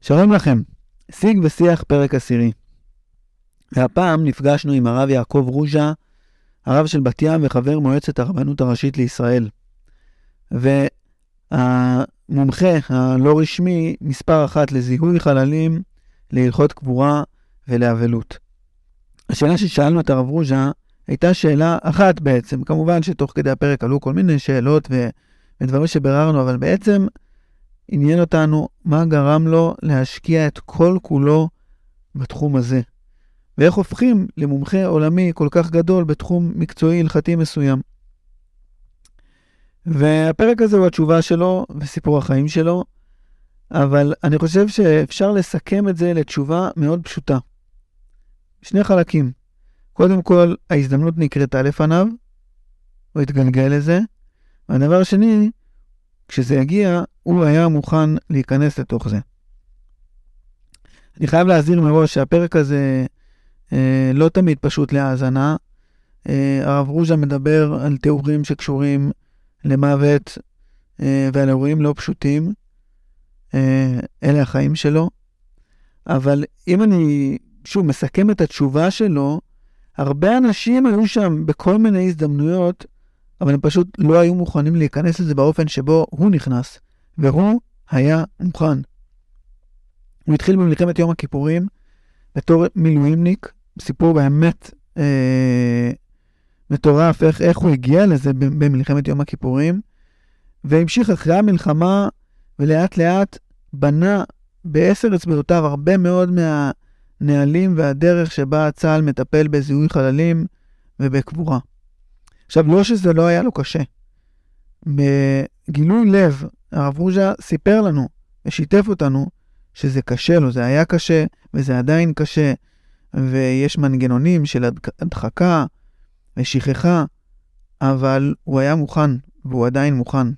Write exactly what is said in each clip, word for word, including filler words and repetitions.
שלום לכם, שיג ושיח פרק עשירי. והפעם נפגשנו עם הרב יעקב רוז'ה, הרב של בת ים וחבר מועצת הרבנות הראשית לישראל. והמומחה הלא רשמי מספר אחת לזיהוי חללים, להלכות קבורה ולאבלות. השאלה ששאלנו את הרב רוז'ה הייתה שאלה אחת בעצם, כמובן שתוך כדי הפרק עלו כל מיני שאלות ו... ודברים שבררנו, אבל בעצם עניין אותנו מה גרם לו להשקיע את כל כולו בתחום הזה. ואיך הופכים למומחה עולמי כל כך גדול בתחום מקצועי הלכתי מסוים. והפרק הזה הוא התשובה שלו וסיפור החיים שלו, אבל אני חושב שאפשר לסכם את זה לתשובה מאוד פשוטה. שני חלקים. קודם כל, ההזדמנות נקרתה לפניו, הוא התגלגל לזה, והדבר השני, כשזה יגיע, הוא היה מוכן להיכנס לתוך זה. אני חייב להזהיר מראש שהפרק הזה אה, לא תמיד פשוט להאזנה. אה, הרב רוז'ה מדבר על תיאורים שקשורים למוות אה, ועל אירועים לא פשוטים. אה, אלה החיים שלו. אבל אם אני שוב מסכם את התשובה שלו, הרבה אנשים היו שם בכל מיני הזדמנויות, אבל הם פשוט לא היו מוכנים להיכנס לזה באופן שבו הוא נכנס. והוא היה מוכן. הוא התחיל במלחמת יום הכיפורים, בתור מילואימניק, סיפור באמת אה, מטורף, איך, איך הוא הגיע לזה במלחמת יום הכיפורים, והמשיך אחרי המלחמה, ולאט לאט בנה בעשר אצבעותיו הרבה מאוד מהנהלים והדרך שבה צה"ל מטפל בזיהוי חללים ובקבורה. עכשיו, לא שזה לא היה לו קשה. בגילוי לב, הרב רוז'ה סיפר לנו ושיתף אותנו שזה קשה לו, זה היה קשה וזה עדיין קשה, ויש מנגנונים של הדחקה ושכחה, אבל הוא היה מוכן והוא עדיין מוכן.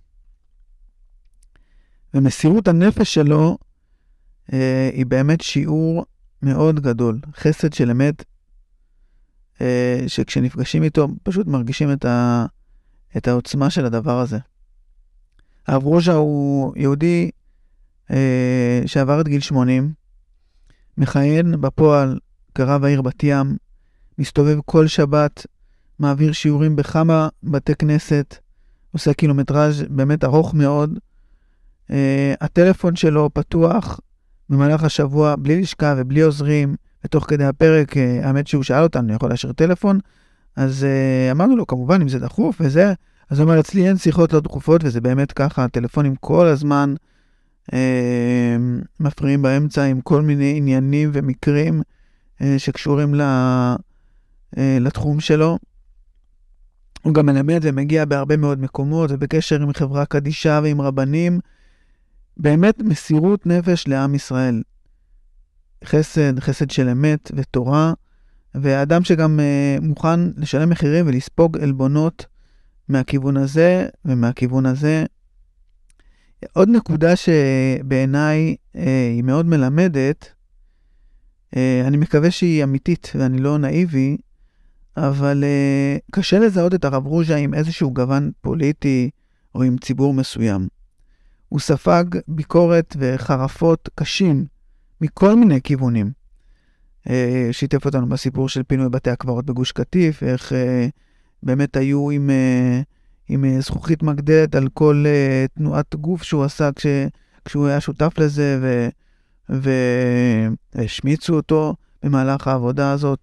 ומסירות הנפש שלו אה, היא באמת שיעור מאוד גדול, חסד של אמת, אה, שכשנפגשים איתו פשוט מרגישים את, ה, את העוצמה של הדבר הזה. הרב רוז'ה הוא יהודי אה, שעבר את גיל שמונים, מכהן בפועל כרב העיר בת ים, מסתובב כל שבת, מעביר שיעורים בכמה בתי כנסת, עושה קילומטראז' באמת ארוך מאוד. אה, הטלפון שלו פתוח במהלך השבוע בלי לשכה ובלי עוזרים, ותוך כדי הפרק, אה, האמת שהוא שאל אותנו, אני יכול להשאיר טלפון, אז אה, אמרנו לו כמובן אם זה דחוף וזה, אז הוא אומר, אצלי אין שיחות לא דחופות, וזה באמת ככה, הטלפונים כל הזמן אה, מפריעים באמצע עם כל מיני עניינים ומקרים אה, שקשורים ל, אה, לתחום שלו. הוא גם מלמד ומגיע בהרבה מאוד מקומות, ובקשר עם חברה קדישה ועם רבנים, באמת מסירות נפש לעם ישראל. חסד, חסד של אמת ותורה, והאדם שגם אה, מוכן לשלם מחירים ולספוג אלבונות, מהכיוון הזה ומהכיוון הזה. עוד נקודה שבעיניי אה, היא מאוד מלמדת, אה, אני מקווה שהיא אמיתית ואני לא נאיבי, אבל אה, קשה לזהות את הרב רוז'ה עם איזשהו גוון פוליטי או עם ציבור מסוים. הוא ספג ביקורת וחרפות קשים מכל מיני כיוונים. אה, שיתף אותנו בסיפור של פינוי בתי הקברות בגוש קטיף, איך אה, באמת היו עם, עם זכוכית מגדלת על כל תנועת גוף שהוא עשה כש, כשהוא היה שותף לזה, ו, והשמיצו אותו במהלך העבודה הזאת.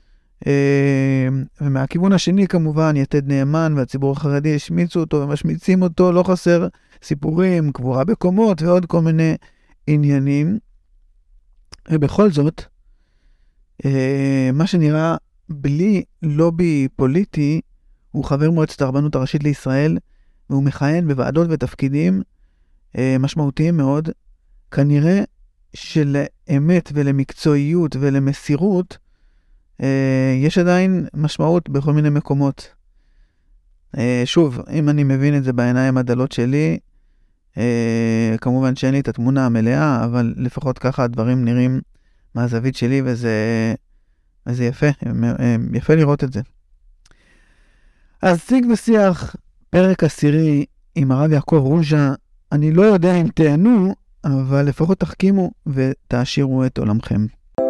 ומהכיוון השני כמובן יתד נאמן והציבור החרדי השמיצו אותו ומשמיצים אותו, לא חסר סיפורים, קבורה בקומות ועוד כל מיני עניינים. ובכל זאת, מה שנראה בלי לובי פוליטי, הוא חבר מועצת הרבנות הראשית לישראל, והוא מכהן בוועדות ותפקידים אה, משמעותיים מאוד. כנראה שלאמת ולמקצועיות ולמסירות, אה, יש עדיין משמעות בכל מיני מקומות. אה, שוב, אם אני מבין את זה בעיניים הדלות שלי, אה, כמובן שאין לי את התמונה המלאה, אבל לפחות ככה הדברים נראים מהזווית שלי, וזה... אז זה יפה, יפה לראות את זה. אז שיג ושיח, פרק עשירי עם הרב יעקב רוז'ה, אני לא יודע אם תהנו, אבל לפחות תחכימו ותעשירו את עולמכם.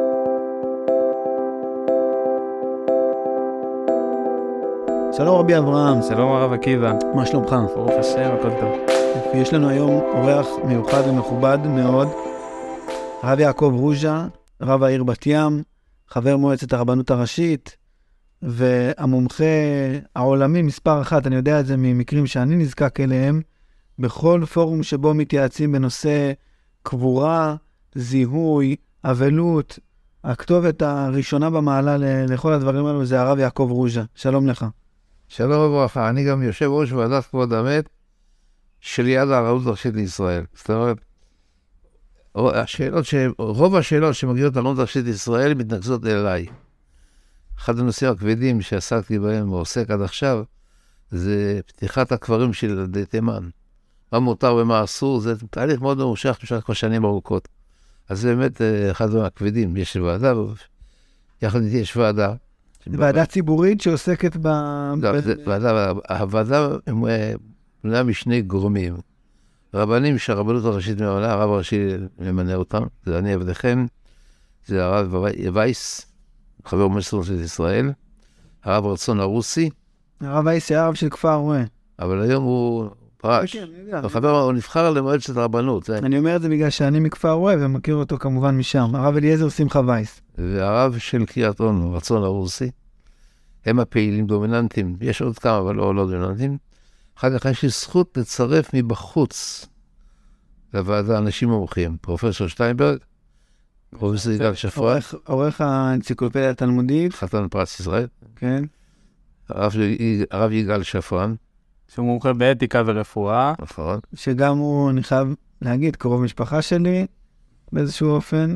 שלום רבי אברהם. שלום הרב עקיבא. מה שלומך? ברוך השם, הכל טוב. יש לנו היום אורח מיוחד ומכובד מאוד, הרב יעקב רוז'ה, רב העיר בת ים, חבר מועצת הרבנות הראשית, והמומחה העולמי מספר אחת, אני יודע את זה ממקרים שאני נזקק אליהם, בכל פורום שבו מתייעצים בנושא קבורה, זיהוי, אבלות, הכתובת הראשונה במעלה לכל הדברים האלו זה הרב יעקב רוז'ה. שלום לך. שלום וברכה, אני גם יושב ראש ועדת כבוד המת של יד הרבנות הראשית לישראל. זאת אומרת, השאלות ש... רוב השאלות שמגיעות לרבנות הראשית לישראל מתנקזות אליי. אחד הנושאים הכבדים שעסקתי בהם ועוסק עד עכשיו, זה פתיחת הקברים של ילדי תימן. מה מותר ומה אסור, זה תהליך מאוד ממושך במשך כבר שנים ארוכות. אז זה באמת אחד הדברים הכבדים. יש ועדה, יחד איתי יש ועדה. זו ועדה ציבורית שעוסקת ב... לא, זה ועדה, הוועדה מונה משני גורמים. רבנים שהרבנות הראשית ממנה, הרב הראשי ממנה אותם, זה אני עבדכם, זה הרב וייס, חבר מועצת הרבנות ישראל, הרב רצון הרוסי. הרב וייס היה הרב של כפר רואה. אבל היום הוא פרש. החבר, הוא נבחר למועצת הרבנות. אני אומר את זה בגלל שאני מכפר רואה ומכיר אותו כמובן משם. הרב אליעזר שמחה וייס. והרב של קריית אונו, רצון הרוסי, הם הפעילים דומיננטיים. יש עוד כמה, אבל לא, לא דומיננטיים. אחר כך יש לי זכות לצרף מבחוץ לוועדה אנשים מומחים. פרופסור שטיינברג, פרופסור יגאל שפרן. עורך האנציקלופדיה התלמודית. חתן פרס ישראל. כן. הרב יגאל שפרן. שהוא מומחה באתיקה ורפואה. נכון. שגם הוא, אני חייב להגיד, קרוב משפחה שלי, באיזשהו אופן.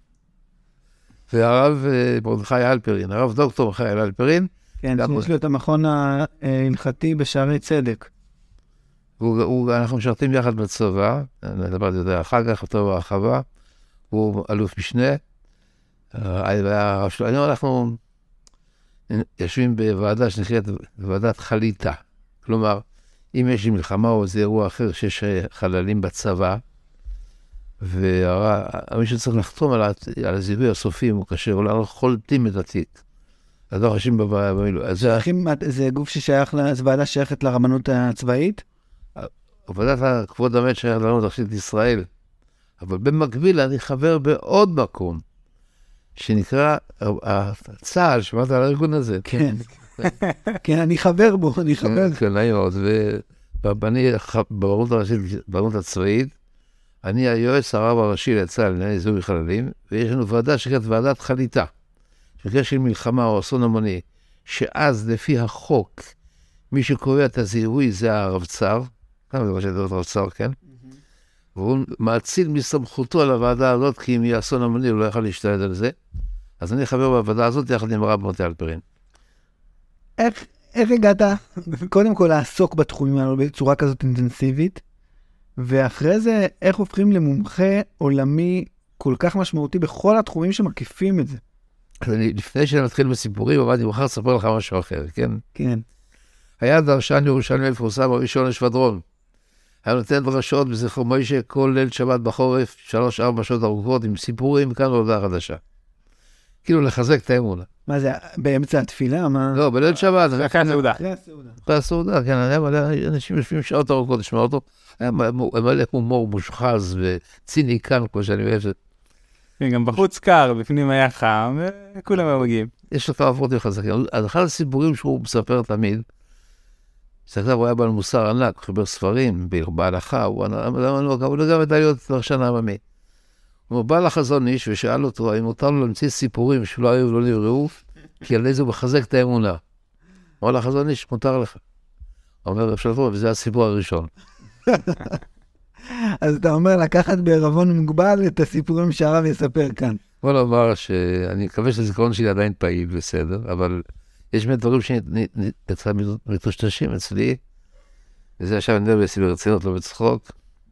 והרב מרדכי אלפרין, הרב דוקטור מרדכי אלפרין. כן, יש לו את המכון ההלכתי בשערי צדק. הוא, הוא, אנחנו משרתים יחד בצבא, נדבר על זה אחר כך, אותו בהרחבה. הוא אלוף משנה. אנחנו יושבים בוועדה שנקראת ועדת חליטה. כלומר, אם יש מלחמה או איזה אירוע אחר שיש חללים בצבא, ומישהו צריך לחתום על, על הזיהוי הסופי, הוא קשה, אולי אנחנו חולטים את התיק. אז לא חשים במילוי. זה גוף ששייך, זו ועדה שייכת לרבנות הצבאית? ועדת כבוד המת שייכת לרבנות הראשית לישראל. אבל במקביל אני חבר בעוד מקום, שנקרא צה"ל, שמעת על הארגון הזה. כן. כן, אני חבר בו, אני חבר. כן, נעים מאוד. ואני ברבנות הצבאית, אני היועץ הרב הראשי לצה"ל, לענייני זיהוי חללים, ויש לנו ועדה שנקראת ועדת חליטה, במקרה של מלחמה או אסון המוני, שאז לפי החוק, מי שקובע את הזיהוי זה הרבצ"ר, כמה זה מה שדעות רבצ"ר, כן? והוא מאציל מסמכותו על הוועדה הזאת, כי אם יהיה אסון המוני הוא לא יכול להשתלט על זה. אז אני חבר בוועדה הזאת יחד עם הרב מרדכי אלפרין. איך, איך הגעת, קודם כל, לעסוק בתחומים האלו בצורה כזאת אינטנסיבית, ואחרי זה, איך הופכים למומחה עולמי כל כך משמעותי בכל התחומים שמקיפים את זה? אני, לפני שאני מתחיל בסיפורים, אמרתי, מחר לספר לך משהו אחר, כן? כן. היה דרשן ירושלמי מפורסם בראשון לשבדרון. היה נותן דרשות בזכר מוישה כל ליל שבת בחורף, שלוש ארבע שעות ארוכות, עם סיפורים, כאן הודעה חדשה. כאילו לחזק את האמונה. מה זה, באמצע התפילה? מה? לא, בליל שבת. אחרי הסעודה. אחרי הסעודה, כן, אנשים יושבים שעות ארוכות לשמוע אותו. היה מלא הומור מושחז וציניקן, כמו שאני אוהב. גם בחוץ קר, בפנים היה חם, וכולם היו מגיעים. יש לך עבודים חזקים. אז אחד הסיפורים שהוא מספר תמיד, שכתב הוא היה בעל מוסר ענק, הוא חיבר ספרים, בהלכה, הוא גם ידע להיות דרשן עממי. הוא בא לחזון איש ושאל אותו, האם מותר לו להמציא סיפורים שלא היו ולא נבראו, כי על איזה הוא מחזק את האמונה. אמר לחזון איש, מותר לך. הוא אומר, אפשר לומר, וזה הסיפור הראשון. אז אתה אומר לקחת בערבון מוגבל את הסיפורים שהרב יספר כאן. בוא נאמר שאני מקווה שהזיכרון שלי עדיין פעיל בסדר, אבל יש באמת דברים שמטושטשים אצלי, וזה עכשיו אני מדבר ברצינות, לא בצחוק.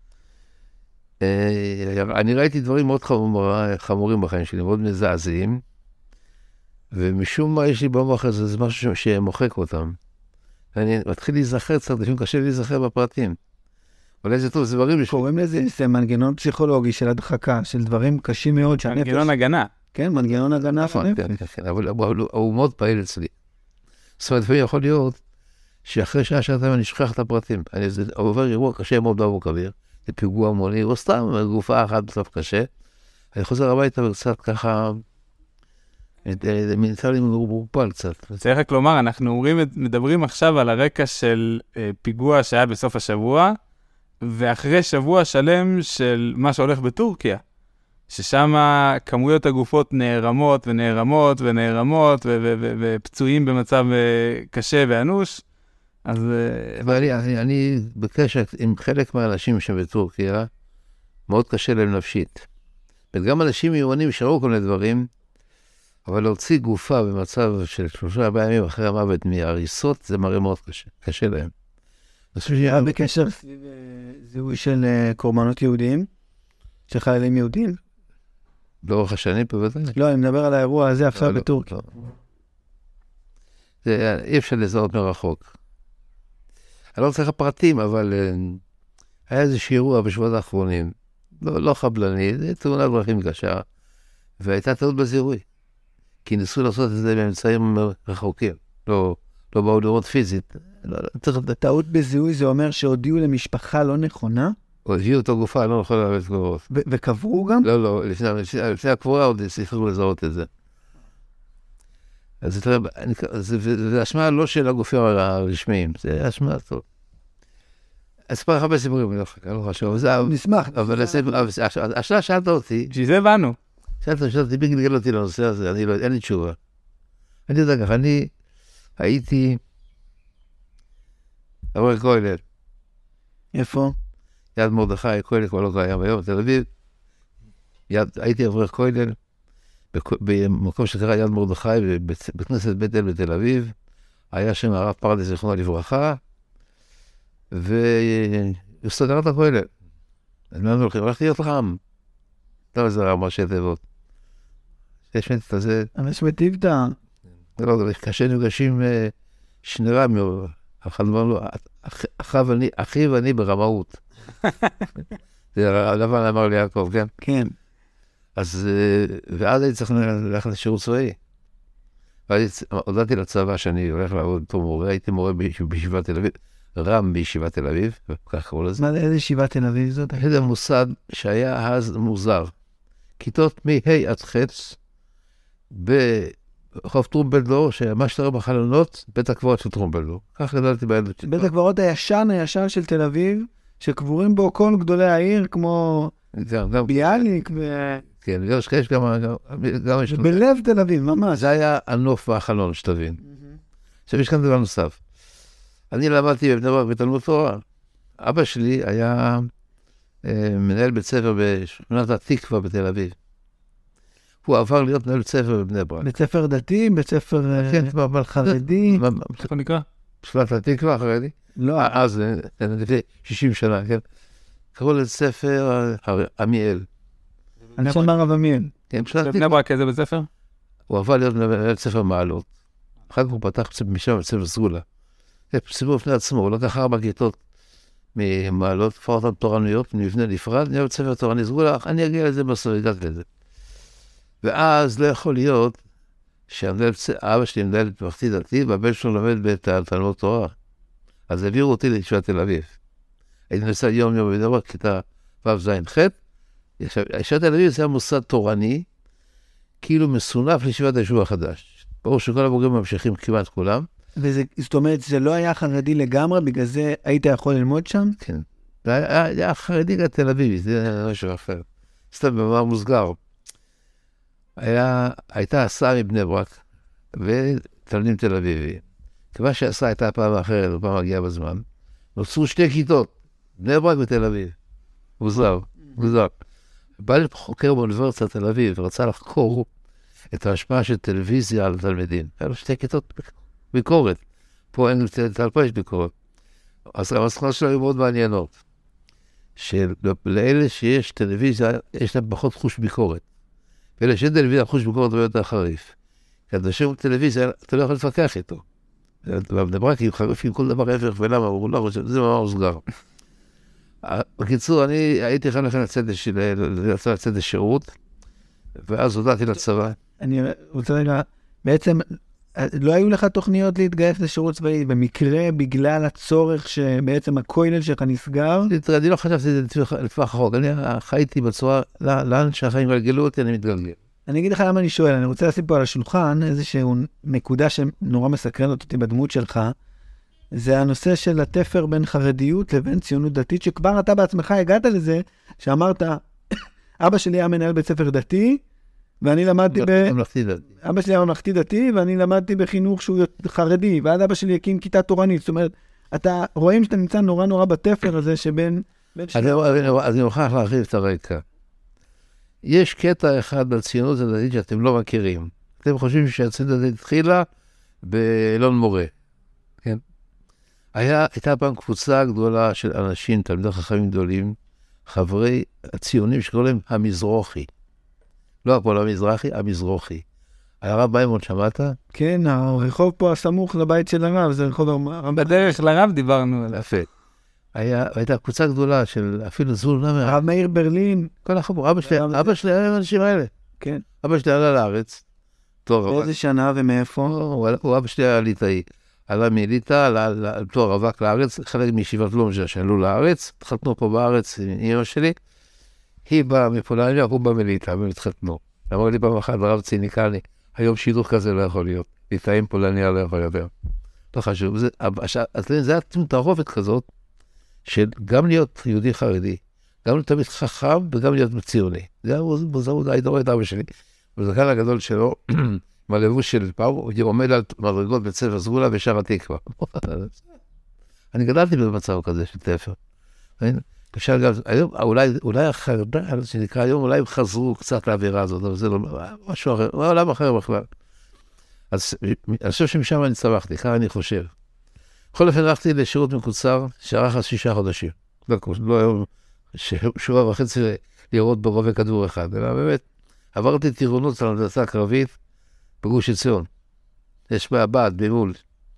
אני ראיתי דברים מאוד חמורים בחיים שלי, מאוד מזעזעים, ומשום מה יש לי במוח הזה, זה משהו שמוחק אותם. אני מתחיל להיזכר קצת, לפעמים קשה להיזכר בפרטים. אבל איזה טוב, זה דברים... קוראים לזה, זה מנגנון פסיכולוגי של הדחקה, של דברים קשים מאוד. מנגנון הגנה. כן, מנגנון הגנה. אבל הוא מאוד פעיל אצלי. זאת אומרת, לפעמים יכול להיות שאחרי שעה שעתיים אני שוכח את הפרטים. אני עובר אירוע קשה מאוד באבו כביר, זה פיגוע המוני, או סתם גופה אחת בסוף קשה. אני חוזר הביתה וקצת ככה, מנסה לי מגורפל קצת. צריך רק לומר, אנחנו אומרים, מדברים עכשיו על הרקע של פיגוע שהיה בסוף השבוע, ואחרי שבוע שלם של מה שהולך בטורקיה, ששם כמויות הגופות נערמות ונערמות ונערמות, ופצועים במצב קשה ואנוש, אז... ואני, אני, אני בקשר עם חלק מהאנשים שבטורקיה, מאוד קשה להם נפשית. וגם אנשים מיומנים שראו כל מיני דברים, אבל להוציא גופה במצב של שלושה ארבעה ימים אחרי המוות מהריסות, זה מראה מאוד קשה, קשה להם. היה בקשר סביב זיהוי של קורבנות יהודים, של חיילים יהודים? לאורך השנים בוודאי. לא, אני מדבר על האירוע הזה עכשיו בטורקיה. אי אפשר לזהות מרחוק. אני לא רוצה לך פרטים, אבל היה איזשהו אירוע בשבועות האחרונים, לא חבלני, זה תאונת דרכים קשה, והייתה טעות בזיהוי. כי ניסו לעשות את זה באמצעים רחוקים, לא באו לראות פיזית. טעות בזיהוי זה אומר שהודיעו למשפחה לא נכונה? הודיעו אותו גופה, לא יכול להביא קברות. וקברו גם? לא, לא, לפני הקבורה עוד הצליחו לזהות את זה. אז זה אשמה לא של הגופים הרשמיים, זה אשמה טוב. אספר לך הרבה סיפורים, אני לא חשוב. נשמח. אבל השאלה שאלת אותי, בשביל זה באנו. שאלת, שאלת, מי גלגל אותי לנושא הזה, אין לי תשובה. אני יודע ככה, אני הייתי אברך כהלל. איפה? יד מרדכי, כהלל כבר לא קיים היום, בתל אביב. הייתי אברך כהלל, במקום שקרא יד מרדכי, בכנסת בית אל בתל אביב. היה שם הרב פרדס זיכרונו לברכה, והסתדר את הכהלל. אז מה הולכים? הולכתי להיות לחם. לא איזה רב ראשי תיבות. יש את זה... אבל יש מטיבתא. לא, קשה נפגשים שני רמי, אחד אמר לו, אחי ואני ברמאות. זה לבן אמר לי יעקב, כן? כן. אז, ואז הייתי צריך ללכת לשירות צבאי. ואז הודעתי לצבא שאני הולך לעבוד אותו מורה, הייתי מורה בישיבת תל אביב, רם בישיבת תל אביב, וכך קראו לזה. מה, איזה ישיבת תל אביב זאת? זה מוסד שהיה אז מוזר. כיתות מ-ה' עד ח' ברחוב טרומפלדור, שמה שאתה רואה בחלונות, בית הקברות של טרומפלדור. כך גדלתי בילדות שלי. בית הקברות הישן, הישן של תל אביב, שקבורים בו כל גדולי העיר, כמו ביאליק ו... כן, יש גם... בלב תל אביב, ממש. זה היה הנוף והחלון, שתבין. עכשיו יש כאן דבר נוסף. אני למדתי בבני ברק בתלמוד תורה. אבא שלי היה מנהל בית ספר בשכונת התקווה בתל אביב. הוא עבר להיות מנהל בית ספר בבני ברק. בית ספר דתי, בית ספר חרדי. איך הוא נקרא? שכונת התקווה החרדי? לא. אז, לפני שישים שנה, כן. קראו לבית ספר עמיאל. אני שם הרב עמיאל. בבני ברק איזה בית ספר? הוא עבר להיות מנהל בית ספר מעלות. אחר כך הוא פתח משם בית ספר סגולה. זה סיפור בפני עצמו, הוא לקח ארבע כיתות ממעלות, הפך אותן תורנויות, מבנה נפרד, נהיה בית ספר תורני סגולה, אני אגיע לזה בסוף, הגעתי לזה. ואז לא יכול להיות שאבא שלי מנהל בממלכתי דתי, והבן שלו לומד בתלמוד תורה. אז העבירו אותי לישיבת תל אביב. הייתי נוסע יום יום בבני ברק, כיתה ו' ז' ח'. ישיבת תל אביב זה היה מוסד תורני, כאילו מסונף לישיבת היישוב החדש. ברור שכל הבוגרים ממשיכים כמעט כולם. זאת אומרת, זה לא היה חרדי לגמרי, בגלל זה היית יכול ללמוד שם? כן. זה היה, היה חרדי לתל אביב, זה היה משהו אחר. סתם במאמר מוסגר. היה, הייתה הסעה מבני ברק, ותלמידים תל אביבי. כיוון שהסעה הייתה פעם אחרת, פעם מגיעה בזמן, נוצרו שתי כיתות, בני ברק ותל אביב. מוזר, מוזר. בא לי חוקר באוניברסיטת תל אביב, ורצה לחקור את ההשפעה של טלוויזיה על התלמידים. היה לו שתי כיתות ביקורת. פה אין תל פה יש ביקורת. אז המסקנות שלו היו מאוד מעניינות. שלאלה שיש טלוויזיה, יש להם פחות חוש ביקורת. ואלה שאין טלוויזיה, חוש ביקורת הרבה יותר חריף. כי אנשים טלוויזיה, אתה לא יכול לפקח איתו. בבני ברק, הם חריפים כל דבר ההפך, ולמה? הוא לא חושב, זה ממש סגר. בקיצור, אני הייתי חייב לצאת לשירות, ואז הודעתי לצבא. אני רוצה רגע, בעצם לא היו לך תוכניות להתגייס לשירות צבאי, במקרה בגלל הצורך שבעצם הכולל שלך נסגר? אני לא חשבתי את זה לפח החוק, אני חייתי בצורה, לאן שהחיים גלגלו אותי, אני מתגלגל. אני אגיד לך למה אני שואל, אני רוצה לשים פה על השולחן איזשהו נקודה שנורא מסקרנת אותי בדמות שלך, זה הנושא של התפר בין חרדיות לבין ציונות דתית, שכבר אתה בעצמך הגעת לזה, שאמרת, אבא שלי היה מנהל בית ספר דתי, ואני למדתי ב... אבא שלי היה ממלכתי דתי, ואני למדתי בחינוך שהוא חרדי, ועד אבא שלי הקים כיתה תורנית. זאת אומרת, אתה רואים שאתה נמצא נורא נורא בתפר הזה שבין... אז אני מוכרח להרחיב את הרקע. יש קטע אחד בציונות הדתית שאתם לא מכירים. אתם חושבים שהציונות הדתית התחילה באלון מורה. כן? היה, הייתה פעם קבוצה גדולה של אנשים, תלמידי חכמים גדולים, חברי הציונים שקוראים להם המזרוחי. לא הפועל המזרחי, המזרוחי. הרב מימון, שמעת? כן, הרחוב פה הסמוך לבית של הרב, זה רחוב הרב. בדרך לרב דיברנו עליו. יפה. הייתה קבוצה גדולה של אפילו זבול נמר. הרב מאיר ברלין. כל החבור, אבא שלי, אבא שלי היה מהאנשים האלה. כן. אבא שלי עלה לארץ. באיזה שנה ומאיפה? הוא אבא שלי היה ליטאי. עלה מליטא, עלה תואר רווק לארץ, חלק מישיבת לומז'ה שעלו לארץ, התחתנו פה בארץ עם אמא שלי. היא באה מפולניה, הוא בא מליטא, והם התחתנו. אמר לי פעם אחת, הרב ציניקני, היום שידוך כזה לא יכול להיות. ליטאים פולניה לא יכול יותר. לא חשוב. זה, אז זה היה תערובת כזאת, של גם להיות יהודי חרדי, גם להיות תמיד חכם וגם להיות ציוני. זה היה מוזרות, הייתי רואה את אבא שלי. בזקן הגדול שלו, מהלבוש של פעם, הוא עומד על מדרגות בית ספר סגולה ושער התקווה. אני גדלתי במצב כזה של תפר. אפשר גם, היום, אולי, אולי החרד"ל, שנקרא היום, אולי הם חזרו קצת לאווירה הזאת, אבל זה לא, משהו אחר, עולם אחר בכלל. אז אני חושב שמשם אני צמחתי, ככה אני חושב. בכל אופן הלכתי לשירות מקוצר, שערך שישה חודשים. לא, לא היום, שבוע וחצי לראות ברובה כדור אחד, אלא באמת, עברתי טירונות על הנדסה הקרבית בגוש עציון. יש מהבעד, במול.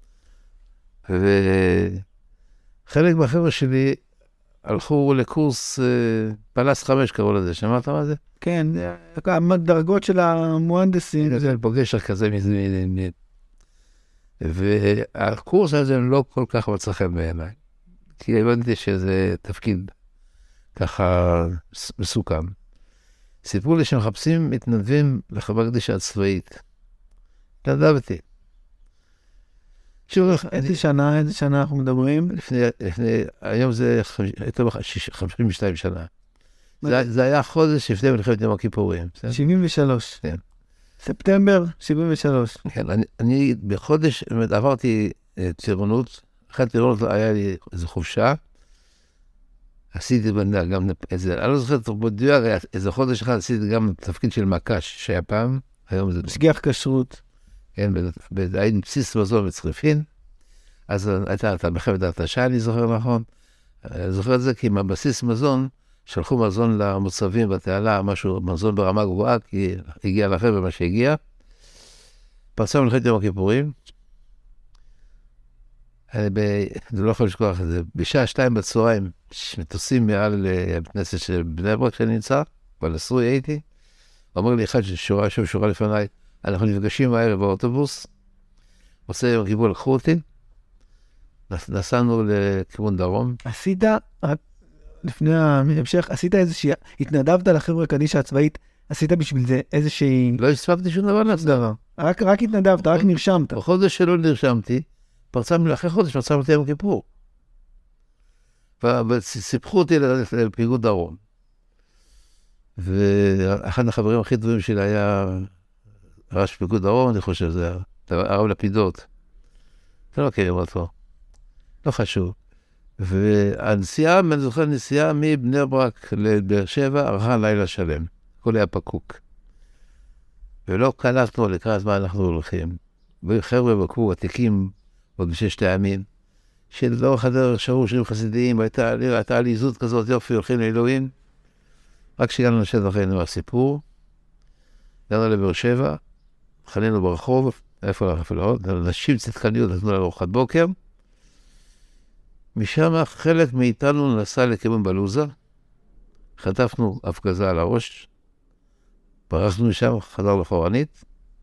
וחלק מהחבר'ה שלי הלכו לקורס פלס חמש, קראו לזה, שמעת מה זה? כן, הדרגות של המוהנדסים. זה פוגש כזה מזה. והקורס הזה לא כל כך מצא חן בעיניי. כי הבנתי שזה תפקיד ככה מסוכן. סיפרו לי שמחפשים מתנדבים לחברה קדישה הצבאית. התנדבתי. איזה שנה, איזה שנה אנחנו מדברים? לפני, לפני, היום זה חמישים ושתיים שנה. זה היה חודש לפני מלחמת יום הכיפורים. שבעים ושלוש. כן. ספטמבר שבעים ושלוש. כן, אני בחודש עברתי טירונות, אחרי טירונות היה לי איזו חופשה, עשיתי גם איזה, אני לא זוכר את בדיוק, איזה חודש אחד עשיתי גם תפקיד של מקש, שהיה פעם, היום זה... משגיח כשרות. כן, הייתי בסיס מזון בצריפין, אז הייתה את המחמת ההתשה, אני זוכר נכון, אני זוכר את זה כי עם הבסיס מזון, שלחו מזון למוצבים בתעלה, משהו, מזון ברמה גבוהה, כי הגיע לחבר'ה מה שהגיע. פרצה מלחמת יום הכיפורים. אני לא יכול לשכוח את זה. בשעה שתיים בצהריים, מטוסים מעל הכנסת של בני ברק שאני נמצא, אבל אסרו הייתי. אומר לי אחד ששורה, שוב שורה לפניי, אנחנו נפגשים הערב באוטובוס, עושה יום הכיפור, לקחו אותי, נסענו לכיוון דרום. עשית... לפני ההמשך, עשית איזושהי, התנדבת לחברה קדישה הצבאית, עשית בשביל זה איזושהי... לא הספקתי שום דבר להסדרה. רק, רק התנדבת, רק נרשמת. בחודש שלא נרשמתי, פרצה, אחרי חודש פרצה אותי יום כיפור. וסיפחו אותי לפיגוד דרום. ואחד החברים הכי טובים שלי היה ראש פיגוד דרום, אני חושב, זה היה הרב לפידות. אתה לא מכירים אותו. לא חשוב. והנסיעה, אני זוכר, נסיעה מבני ברק לבאר שבע, ערכה לילה שלם. הכל היה פקוק. ולא קלטנו לקראת מה אנחנו הולכים. וחבר'ה בקרו עתיקים עוד בששת הימים, שלאורך הדרך שרו שירים חסידיים, הייתה, הייתה עליזות כזאת, יופי, הולכים לאלוהים. רק כשהגענו לשטח היינו הסיפור, הגענו לבאר שבע, חנינו ברחוב, איפה לא, איפה לא, נשים צדקניות נתנו לארוחת בוקר, משם חלק מאיתנו נסע לכיוון בלוזה, חטפנו הפגזה על הראש, ברחנו משם, חזר לחורנית,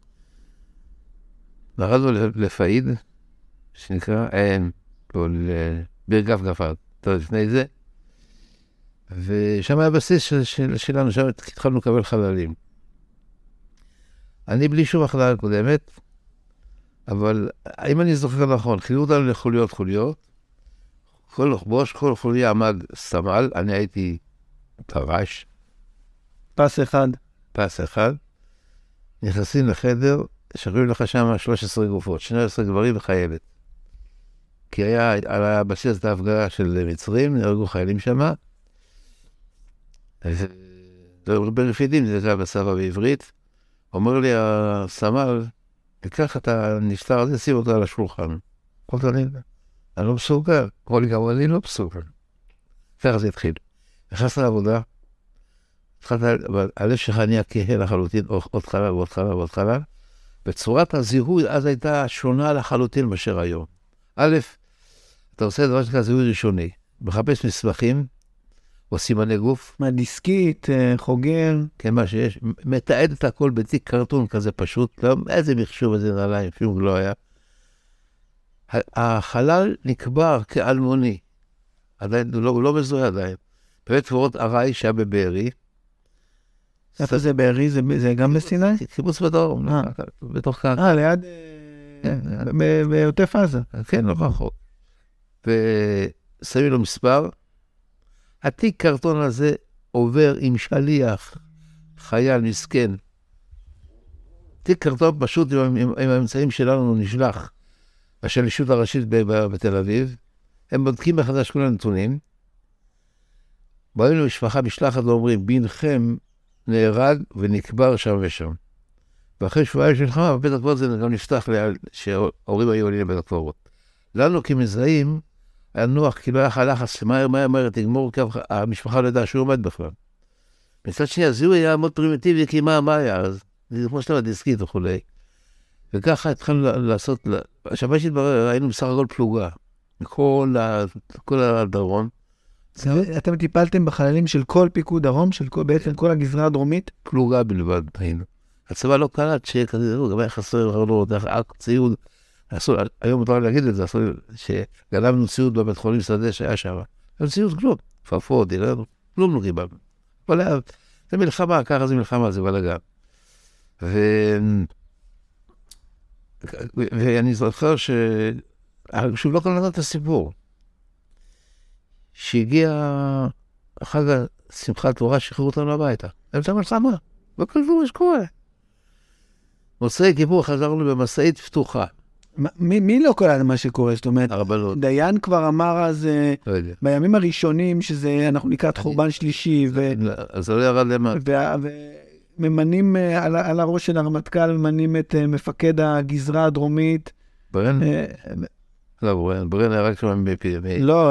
נרדנו לפעיד, שנקרא, אין, או ברגף גפת, לפני זה, ושם היה בסיס של, של, שלנו, שם התחלנו לקבל חללים. אני בלי שום החללה קודמת, אבל אם אני זוכר נכון, חילקו אותנו לחוליות חוליות, כל, בראש כל חוליה עמד סמל, אני הייתי פרש. פס אחד. פס אחד. נכנסים לחדר, שחררו לך שם שלוש עשרה גופות, שנים עשר גברים וחיילת. כי היה על הבסיס את ההפגרה של מצרים, נהרגו חיילים שם. ברפידים, זה היה בשפה בעברית. אומר לי הסמל, תיקח את הנפטר הזה, שים אותו על השולחן. אמרתי לי, אני לא מסוגל. אמרו לי, גם אני לא מסוגל. ככה זה התחיל. נכנסת לעבודה, הלב שלך נהיה כהה לחלוטין, עוד חלל ועוד חלל ועוד חלל, וצורת הזיהוי אז הייתה שונה לחלוטין מאשר היום. א', אתה עושה דבר שכזה זיהוי ראשוני, מחפש מסמכים, או סימני גוף. מה, דיסקית, חוגר? כן, מה שיש. מתעד את הכל בתיק קרטון כזה פשוט, לא, איזה מחשוב, איזה נעליים, שום לא היה. החלל נקבר כאלמוני, עדיין, הוא לא, הוא לא מזוהה עדיין. בבית קברות ארעי שהיה בבארי. איפה זה בארי? זה, זה גם בסיני? קיבוץ בדרום, בתוך כאן. אה, ליד, בעוטף עזה. כן, לא רחוק. ושמים לו מספר, התיק קרטון הזה עובר עם שליח, חייל מסכן. תיק קרטון פשוט עם, עם, עם האמצעים שלנו נשלח, השלישות הראשית בתל אביב, הם בודקים מחדש כל הנתונים, באים למשפחה משלחת ואומרים, בינכם נהרג ונקבר שם ושם. ואחרי שבועיים של חמה, בבית הקברות זה גם נפתח שההורים היו עולים לבית הקברות. לנו כמזהים, היה נוח, כי לא היה לך לחץ, מהר, מהר, מהר, תגמור, כי המשפחה לא ידעה שהוא עומד בכלל. מצד שני, הזיהוי היה מאוד פרימיטיבי, כי מה, מה היה? אז זה כמו שאתה דיסקית וכולי. וככה התחלנו לעשות, השבוע שהתברר, היינו בסך הכל פלוגה, מכל כל הדרום. אתם טיפלתם בחללים של כל פיקוד דרום, של כל, בעצם כל הגזרה הדרומית? פלוגה בלבד, היינו. הצבא לא קלט שכזה, גם היה חסר הרלות, ציוד, היום מותר להגיד את זה, שגנבנו ציוד בבית חולים שדה שהיה שם. היה ציוד כלום, פרפות, דילנו, כלום לא קיבלנו. אבל היה, זה מלחמה, ככה זה מלחמה, זה בלגן. ו... ואני זוכר ש... שוב לא קלט את הסיפור. שהגיע אחר שמחת תורה, שחררו אותנו הביתה. הם זה מלחמה, לא כלום מה שקורה. מוצאי כיפור חזרנו במסעית פתוחה. מי, מי לא קולט מה שקורה? זאת אומרת, הרבנות. דיין כבר אמר אז, לא יודע. בימים הראשונים, שזה, אנחנו לקראת חורבן שלישי, ו... אז זה לא ירד למטה. וממנים על, על הראש של הרמטכ"ל, ממנים את מפקד הגזרה הדרומית. ברן? לא, ברן, ברן היה רק שם בפי. לא,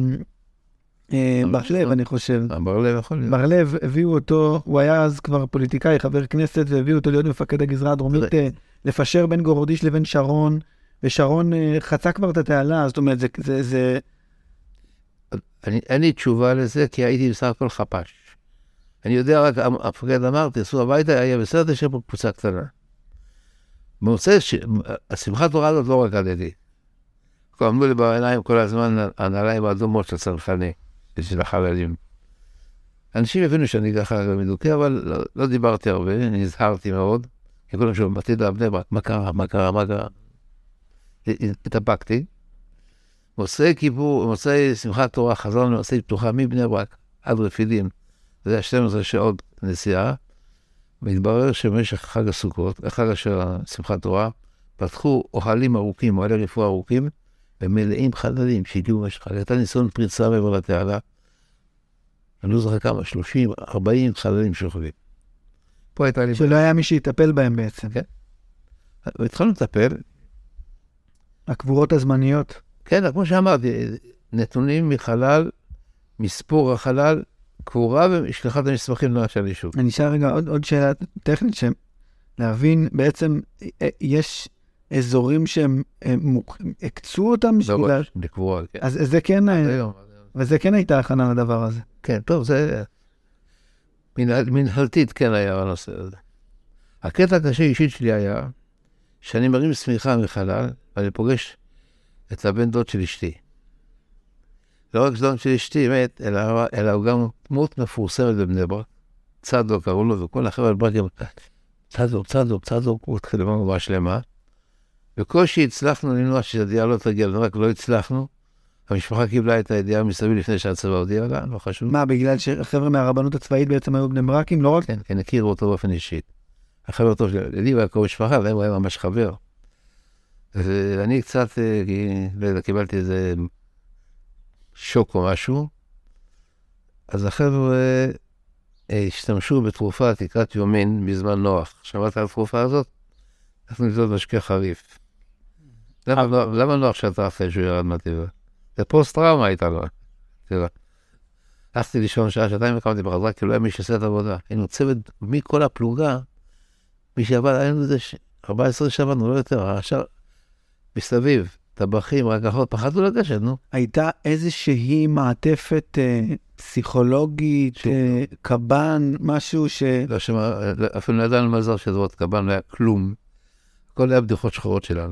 ברלב, אני חושב. ברלב יכול להיות. ברלב, הביאו אותו, הוא היה אז כבר פוליטיקאי, חבר כנסת, והביאו אותו להיות מפקד הגזרה הדרומית, לפשר בין גורודיש לבין שרון, ושרון חצה כבר את התעלה, זאת אומרת, זה... זה, זה... אני, אין לי תשובה לזה, כי הייתי בסך הכל חפש. אני יודע רק, הפקד אמר, תעשו הביתה, היה בסדר, יש פה קבוצה קטנה. מוצא, השמחת תורה הזאת לא רק על ידי. עמדו לי בעיניים כל הזמן, הנעליים האדומות של הצרכני, של החללים. אנשים הבינו שאני ככה מדוכא, אבל לא, לא דיברתי הרבה, נזהרתי מאוד. כי כולם שאומרים, בעתיד הבני ברק, מה קרה, מה קרה, מה קרה? התאפקתי. מוצאי כיפור, מוצאי שמחת תורה, חזרנו למסעית פתוחה מבני ברק עד רפידים. זה היה שתים עשרה שעות נסיעה. והתברר שבמשך חג הסוכות, חג של שמחת תורה, פתחו אוהלים ארוכים, אוהלי רפואה ארוכים, ומלאים חללים שהגיעו במשך חג. הייתה ניסיון פריצה מעבר לתעלה. אני לא זוכר כמה, שלושים, ארבעים חללים שוכבים. שלא היה מי שיטפל בהם בעצם. כן. והתחלנו לטפל. הקבורות הזמניות. כן, כמו שאמרתי, נתונים מחלל, מספור החלל, קבורה ומשלחת המסמכים לא של אישור. אני אשאר רגע עוד, עוד שאלה טכנית, להבין בעצם יש אזורים שהם הקצו אותם בשביל... לקבוע, כן. אז זה כן, וזה כן הייתה הכנה לדבר הזה. כן, טוב, זה... מנהלתית כן היה הנושא הזה. הקטע הקשה אישית שלי היה שאני מרים סמיכה מחלל, ואני פוגש את הבן דוד של אשתי. לא רק דוד של אשתי, מת, אלא, אלא הוא גם דמות מפורסמת בבני ברק. צדוק, קראו לו, וכל החבר'ה ברק, צדוק, צדוק, צדוק, הוא התחיל לבוא ממש שלמה. בקושי הצלחנו למנוע שהידיעה לא תגיע, רק לא הצלחנו. המשפחה קיבלה את הידיעה מסביב לפני שהצבא הודיע לה, לא חשוב. מה, בגלל שהחבר'ה מהרבנות הצבאית בעצם היו בני ברקים? לא רק? כן, כן, הכירו אותו באופן אישית. החבר טוב שלי, לי והכל משפחה, והם היה ממש חבר. ואני קצת, לא יודע, קיבלתי איזה שוק או משהו, אז החבר'ה השתמשו בתרופה תקרת יומין בזמן נוח. שמעת על התרופה הזאת? אנחנו נבדות משקה חריף. למה נוח שאתה אחרי שהוא ירד מהטבע? זה פוסט-טראומה הייתה לו. תראה. הלכתי לישון שעה, שעתיים וקמתי בחזרה, כי לא היה מי שעשה את העבודה. היינו צוות מכל הפלוגה, מי שעבד, היינו איזה ארבע עשרה שעבדנו, לא יותר, השאר מסביב, טבחים, רק אחות, פחדנו לגשת, נו. הייתה איזושהי מעטפת אה, פסיכולוגית, אה, קבן, משהו ש... לא, שמה, אפילו לא ידענו מזר שזאת קבן, לא היה כלום. הכל היה בדיחות שחורות שלנו.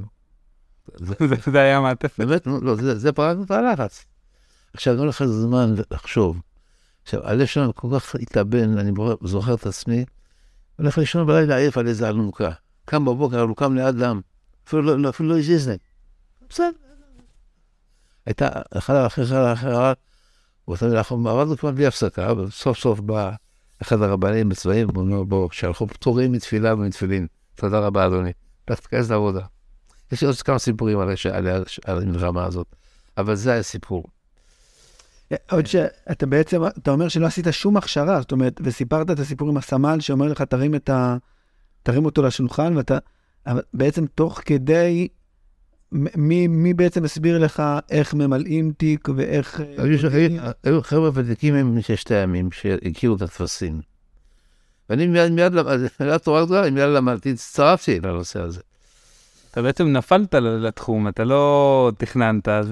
זה היה מעטפת. באמת, לא, זה פרקנו את הלחץ. עכשיו, לא לך זמן לחשוב. עכשיו, הלב שלנו כל כך התאבן, אני זוכר את עצמי, הולך לישון בלילה עייף על איזה אלונקה. קם בבוקר, הוא קם ליד דם. אפילו לא, אפילו לא הזיז להם. בסדר. הייתה אחד אחר אחד אחר, אנחנו עבדנו כבר בלי הפסקה, וסוף סוף בא אחד הרבנים בצבעים, בואו, שהלכו פטורים מתפילה ומתפילין. תודה רבה, אדוני. תתכנס לעבודה. יש לי עוד כמה סיפורים על, על, על המלחמה הזאת, אבל זה היה סיפור. עוד שאתה בעצם, אתה אומר שלא עשית שום הכשרה, זאת אומרת, וסיפרת את הסיפור עם הסמל שאומר לך, תרים את ה... תרים אותו לשולחן, ואתה בעצם תוך כדי, מי, מי בעצם הסביר לך איך ממלאים תיק ואיך... היו חבר'ה ותיקים עם ששת הימים שהכירו את התפסים. ואני מיד מיד למדתי, מיד למדתי, הצטרפתי לנושא הזה. אתה בעצם נפלת לתחום, אתה לא תכננת, אז...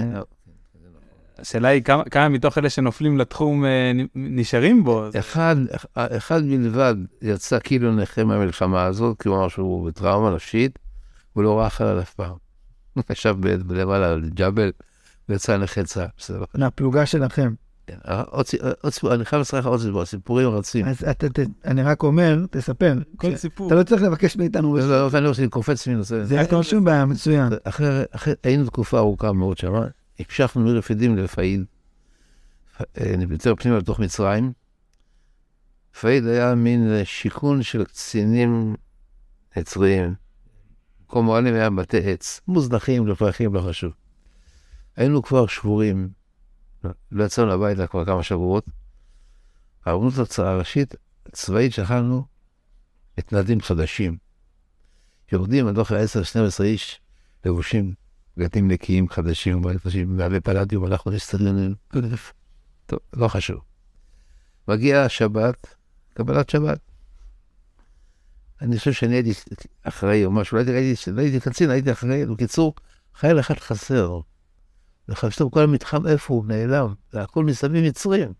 השאלה היא כמה, כמה מתוך אלה שנופלים לתחום נשארים בו? אחד, אחד מלבד יצא כאילו נכה מהמלחמה הזאת, כי הוא אמר שהוא בטראומה נפשית, הוא לא ראה אחר על אף פעם. הוא ישב בלמעלה על ג'אבל, ויצא נכה צה"ל. מהפלוגה שלכם. אני חייב לצריך עוד סיפור, סיפורים רצים. אז אני רק אומר, תספר. כל סיפור. אתה לא צריך לבקש מאיתנו. לא, אני רוצה לקופץ מנושא. זה היה שום בעיה, מצוין. אחרי, היינו תקופה ארוכה מאוד שמה, המשכנו מרפידים לפעיד, נבצר פנימה לתוך מצרים. פעיד היה מין שיקון של קצינים נצריים. כל מועלים היה בתי עץ, מוזנחים, לפרחים, לא חשוב. היינו כבר שבורים, לא יצאנו הביתה כבר כמה שבועות. הרבנות הראשית, צבאית, שכלנו מתנדים חדשים. יורדים עד אוכל עשר שנים עשרה איש, לבושים, בגדים נקיים חדשים, חדשים, מעלי פלדיום, הלכנו לסטדיונים. טוב, לא חשוב. מגיע השבת, קבלת שבת. אני חושב שאני הייתי אחראי או משהו, לא הייתי קצין, הייתי אחראי, בקיצור, חייל אחד חסר. וחשבתם כל המתחם איפה הוא נעלם, והכל מסביב מצרים.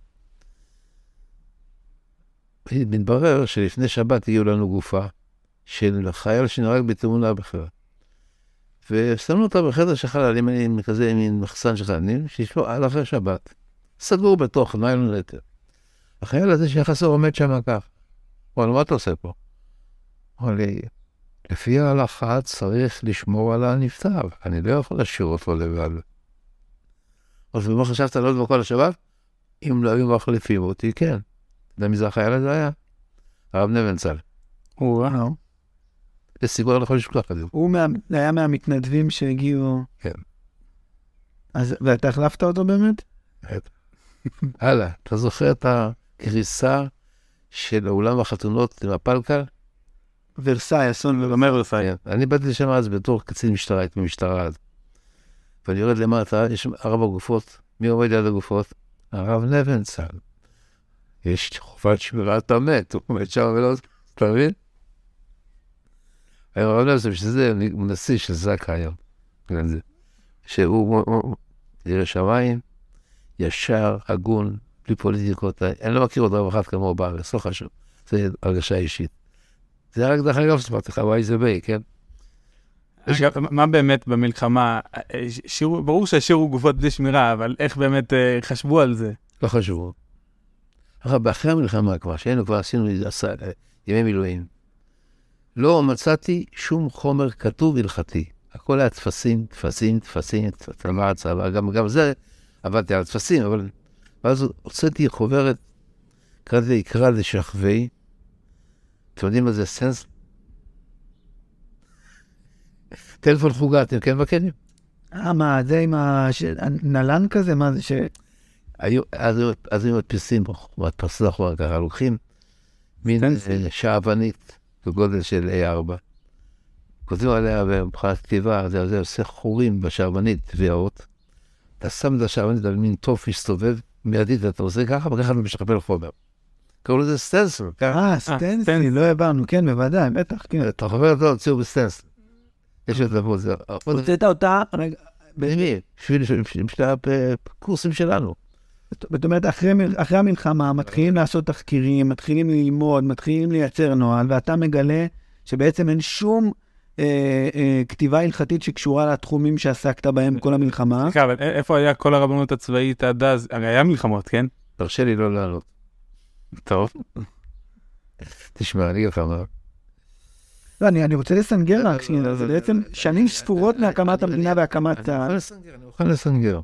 מתברר שלפני שבת הגיעו לנו גופה של חייל שנהרג בתאונה בכלל. ושמנו אותה בחדר של חללים, אני כזה עם מחסן של חללים, שישלו על אחרי שבת. סגור בתוך ניילון לטר. החייל הזה שיחסר עומד שם כך. הוא אמר, מה אתה עושה פה? הוא אמר לי, לפי ההלכה צריך לשמור על הנפטר, אני לא יכול להשאיר אותו לבד. אז במה חשבת לא לבוא כל השבת? אם לא היו מחליפים אותי, כן. ומי זה החייל הזה היה? הרב נבנצל. הוא רע. יש סיפור, אני יכול לשכוח את זה. הוא היה מהמתנדבים שהגיעו... כן. אז, ואתה החלפת אותו באמת? כן. הלאה, אתה זוכר את הקריסה של אולם החתונות עם הפלקל? ורסאי, אסון ואומר ורסאי. אני באתי לשם אז בתור קצין משטרה, הייתי במשטרה אז. ואני יורד למטה, יש ארבע גופות. מי עומד ליד הגופות? הרב נבנצל. יש חובת שמירה, אתה מת. הוא עומד שם ולא... אתה מבין? הרב לב, שזה נשיא של זקה היום. שהוא ירא שמיים, ישר, הגון, בלי פוליטיקות. אני לא מכיר עוד רב אחד כמו בארץ, לא חשוב. זה הרגשה אישית. זה רק דרך אגב, ספרתי לך, וואי זה בי, כן? אגב, מה באמת במלחמה, ברור שהשאירו גופות בלי שמירה, אבל איך באמת חשבו על זה? לא חשבו. אחרי המלחמה כבר, שהיינו כבר עשינו ימי מילואים, לא מצאתי שום חומר כתוב הלכתי. הכל היה תפסים, תפסים, תפסים, צבא, צבא, גם, גם זה עבדתי על תפסים, אבל ואז הוצאתי חוברת, קראתי לי, יקרא לשכבי, אתם יודעים מה זה סנס? טלפון חוגה, אתם כן בקנים? אה, מה, זה עם הנלן כזה? מה זה ש... אז היו מדפיסים, מדפסים אחורה ככה, לוקחים מין שעבנית בגודל של איי ארבע. כותבים עליה מבחינת כתיבה, זה, זה עושה חורים בשעבנית, טביעות. אתה שם את השעבנית על מין טוף מסתובב, מיידית, אתה עושה ככה, וככה אתה משכפל חומר. קראו לזה סטנסל. אה, סטנסל, לא הבנו, כן, בוודאי, בטח, כן. אתה חובר אותו, הוציאו בסטנסל. יש את לבוא, זה... הוצאת אותה, רגע... במי? בשביל הקורסים שלנו. זאת אומרת, אחרי המלחמה, מתחילים לעשות תחקירים, מתחילים ללמוד, מתחילים לייצר נוהל, ואתה מגלה שבעצם אין שום כתיבה הלכתית שקשורה לתחומים שעסקת בהם כל המלחמה. סליחה, אבל איפה היה כל הרבנות הצבאית עד אז? הרי היה מלחמות, כן? תרשה לי לא לעלות. טוב. תשמע, אני אגיד לך מה. לא, אני רוצה לסנגר רק, זה בעצם שנים ספורות מהקמת המדינה והקמת... אני אוכל לסנגר.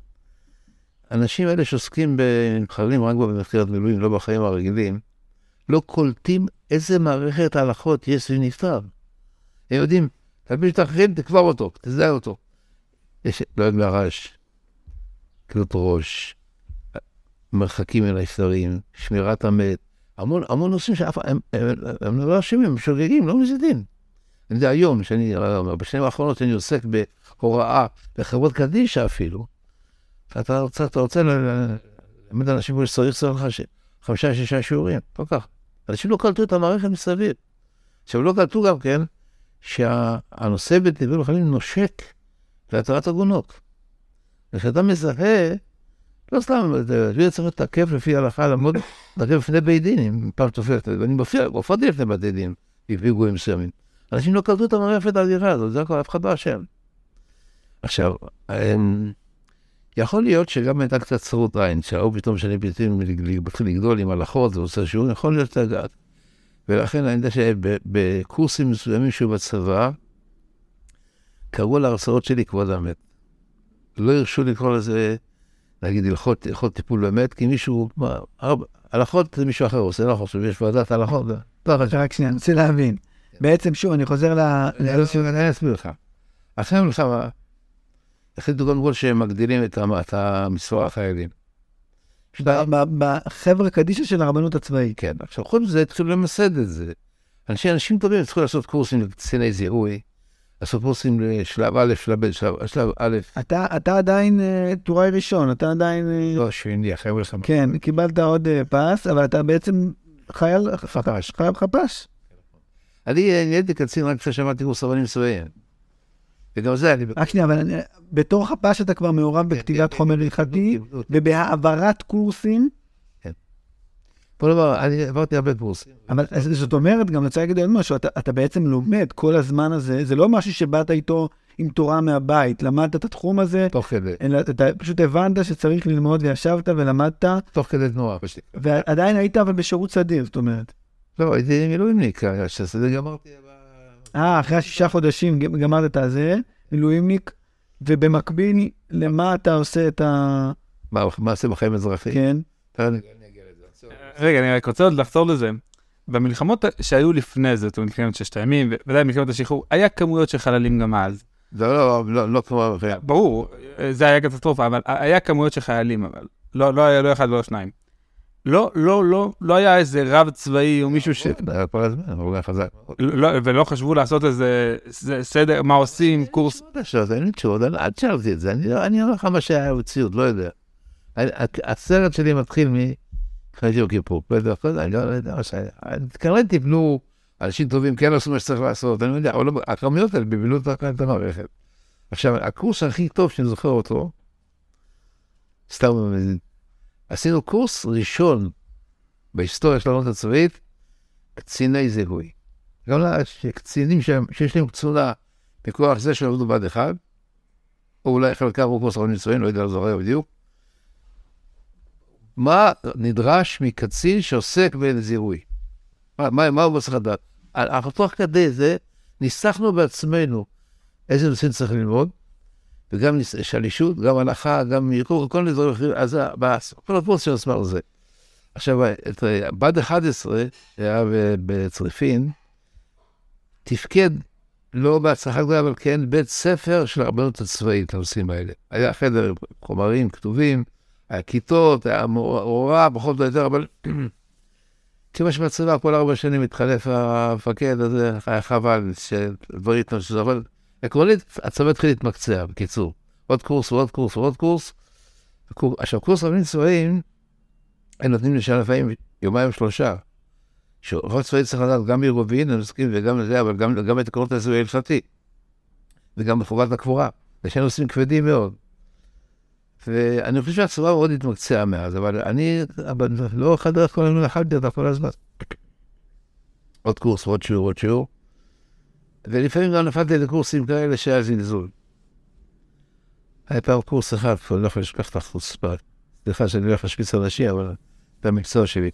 אנשים האלה שעוסקים בחיילים רק במחקרת מילואים, לא בחיים הרגילים, לא קולטים איזה מערכת ההלכות יש סביב נפטר. הם יודעים, תלביש את האחרים, תקבר אותו, תזהה אותו. יש, לא יודע מהרש, קלות ראש, מרחקים מן הנפטרים, שמירת המת, המון, המון נושאים שאף, הם, הם, הם לא אשמים, הם שוגגים, לא מזידים. אני יודע, היום, שאני, בשנים האחרונות, אני עוסק בהוראה, בחברות קדישה אפילו, אתה רוצה, אתה רוצה ללמד אנשים כמו שצריך, צריך לך חמישה, שישה שיעורים, לא כך. אנשים לא קלטו את המערכת מסביב. עכשיו, לא קלטו גם כן, שהנושא בטבעי בחיים נושק להתרת עגונות. וכשאתה מזהה, לא סתם, זה צריך לתקף לפי ההלכה, לעמוד, לתקף לפני בית דין, אם פעם תופעת, ואני הופעתי לפני בית דין, בפיגועים מסוימים. אנשים לא קלטו את המערכת האדירה הזאת, זה הכל, אף אחד לא אשם. עכשיו, יכול להיות שגם הייתה קצת צרות עין, שהאו פתאום שאני פתאום מתחיל לגדול עם הלכות ועושה שיעור, יכול להיות להגעת. ולכן אני יודע שבקורסים מסוימים שהוא בצבא, קראו להרצאות שלי כבוד המת. לא הרשו לקרוא לזה, נגיד, הלכות, הלכות טיפול במת, כי מישהו, מה, הלכות זה מישהו אחר עושה, לא חושב, יש ועדת הלכות. רק שנייה, אני רוצה להבין. בעצם שוב, אני חוזר ל... אני אסביר לך. אחרי המלחמה, החליטו קודם כל שהם מגדילים את המספר החיילים. בחברה קדישה של הרבנות הצבאית. כן, עכשיו חוץ מזה התחילו למסד את זה. אנשים, אנשים טובים התחילו לעשות קורסים לקציני זיהוי, לעשות קורסים לשלב א', שלב ב', שלב א'. אתה עדיין טוראי ראשון, אתה עדיין... לא, שני, אחרי מלחמה. כן, קיבלת עוד פס, אבל אתה בעצם חייל חפש. חייל חפש. אני הייתי קצין רק כששמעתי קורס רבנים צבאיים. וגם זה אני... רק שנייה, אבל בתור חפש אתה כבר מעורב בכתיבת חומר הלכתי, ובהעברת קורסים. כן. בוא נאמר, אני עברתי הרבה קורסים. אבל זאת אומרת, גם רוצה להגיד עוד משהו, אתה בעצם לומד כל הזמן הזה, זה לא משהו שבאת איתו עם תורה מהבית, למדת את התחום הזה. תוך כדי. אתה פשוט הבנת שצריך ללמוד וישבת ולמדת. תוך כדי תנועה, פשוט. ועדיין היית אבל בשירות סדיר, זאת אומרת. לא, הייתי מילואימניק, שסדיר גמרתי... אה, אחרי השישה חודשים גמרת את זה, מילואימניק, ובמקביל, למה אתה עושה את ה... מה עושה בחיים אזרחי? כן. רגע, אני רק רוצה עוד לחזור לזה. במלחמות שהיו לפני זה, מלחמת ששת הימים, ודאי מלחמת השחרור, היה כמויות של חללים גם אז. זה לא, לא כמו... ברור, זה היה קטסטרופה, אבל היה כמויות של חיילים, אבל לא היה לא אחד ולא שניים. לא, לא, לא, לא היה איזה רב צבאי או מישהו ש... היה כל הזמן, אבל היה חזק. ולא חשבו לעשות איזה סדר, מה עושים, קורס... אין לי תשובות, עד שאלתי את זה, אני אומר לך מה שהיה בציוד, לא יודע. הסרט שלי מתחיל מחייתי וכיפור, אני לא יודע מה שהיה. כנראה תבנו אנשים טובים כן עשו מה שצריך לעשות, אני לא יודע, אבל הכמויות האלה בבילות את המערכת. עכשיו, הקורס הכי טוב שאני זוכר אותו, סתם, עשינו קורס ראשון בהיסטוריה של העליונות הצבאית, קציני זיהוי. גם קצינים שיש להם קצונה מכוח זה שעבדו בעד אחד, או אולי חלקה עברו קורס רבנים צבאיים, לא יודע על זוכר בדיוק. מה נדרש מקצין שעוסק בזיהוי? מה, מה, מה הוא צריך לדעת? אנחנו תוך כדי זה, ניסחנו בעצמנו איזה נושאים צריך ללמוד, וגם שלישות, גם הלכה, גם ירקור, כל מיני דברים אחרים, אז כל הקורס שנשמע על זה. עכשיו, בד אחד עשרה, שהיה בצריפין, תפקד לא בהצלחה גדולה, אבל כן בית ספר של הרבנות הצבאית, הנושאים האלה. היה חדר חומרים כתובים, היה כיתות, היה הוראה, פחות או יותר, אבל כיוון שבצבא כל ארבע שנים התחלף המפקד, אז היה חבל שדברים התנשו, אבל עקרונית, הצבא התחיל להתמקצע, בקיצור. עוד קורס ועוד קורס ועוד קורס. עכשיו, קורס רבנים צבאיים, הם נותנים לשנה לפעמים יומיים שלושה. שרב צבאי צריך לדעת גם בעירובין, אני מסכים, וגם לזה, אבל גם, גם את עקרונות הזיהוי ההלכתי. וגם בחובת הקבורה. ושהם נושאים כבדים מאוד. ואני חושב שהצבא מאוד התמקצע מאז, אבל אני, אבל לא אחד דרך כל הזמן, אכלתי אותה כל הזמן. עוד קורס, עוד שיעור, עוד שיעור. ולפעמים גם נפלתי לקורסים כאלה שהיה זלזול. היה פעם קורס אחד, אני לא יכול לשכח את החוצפה. סליחה שאני לא יכול להשפיץ אנשים, אבל זה המקצוע שלי.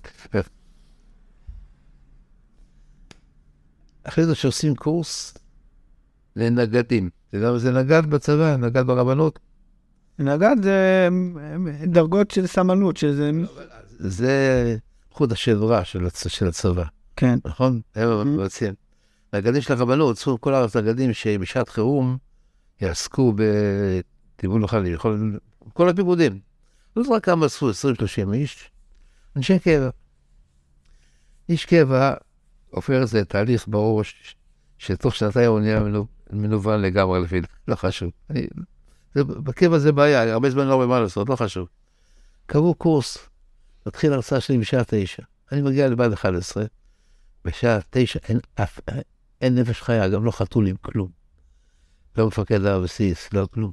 אחרי זה שעושים קורס לנגדים. זה נגד בצבא, נגד ברבנות. נגד זה דרגות של סמנות, שזה... זה חוד השדרה של הצבא. כן. נכון? הם מבצעים. נגדים של הרבנות, צריכים כל הארץ נגדים שבשעת חירום יעסקו בטיבול לוחלים. כל הפיבודים. לא רק כמה עשו, עשרים שלושים איש. אנשי קבע. איש קבע עופר את זה תהליך בראש, שתוך שנתיים הוא נהיה מנוון לגמרי לפי, לא חשוב. אני, זה, בקבע זה בעיה, הרבה זמן לא הרבה מה לעשות, לא חשוב. קראו קורס, מתחיל הרצאה שלי בשעה תשע. אני מגיע לבד אחד עשרה, בשעה תשע אין אף, אין נפש חיה, גם לא חתולים, כלום. לא מפקד הבסיס, לא כלום.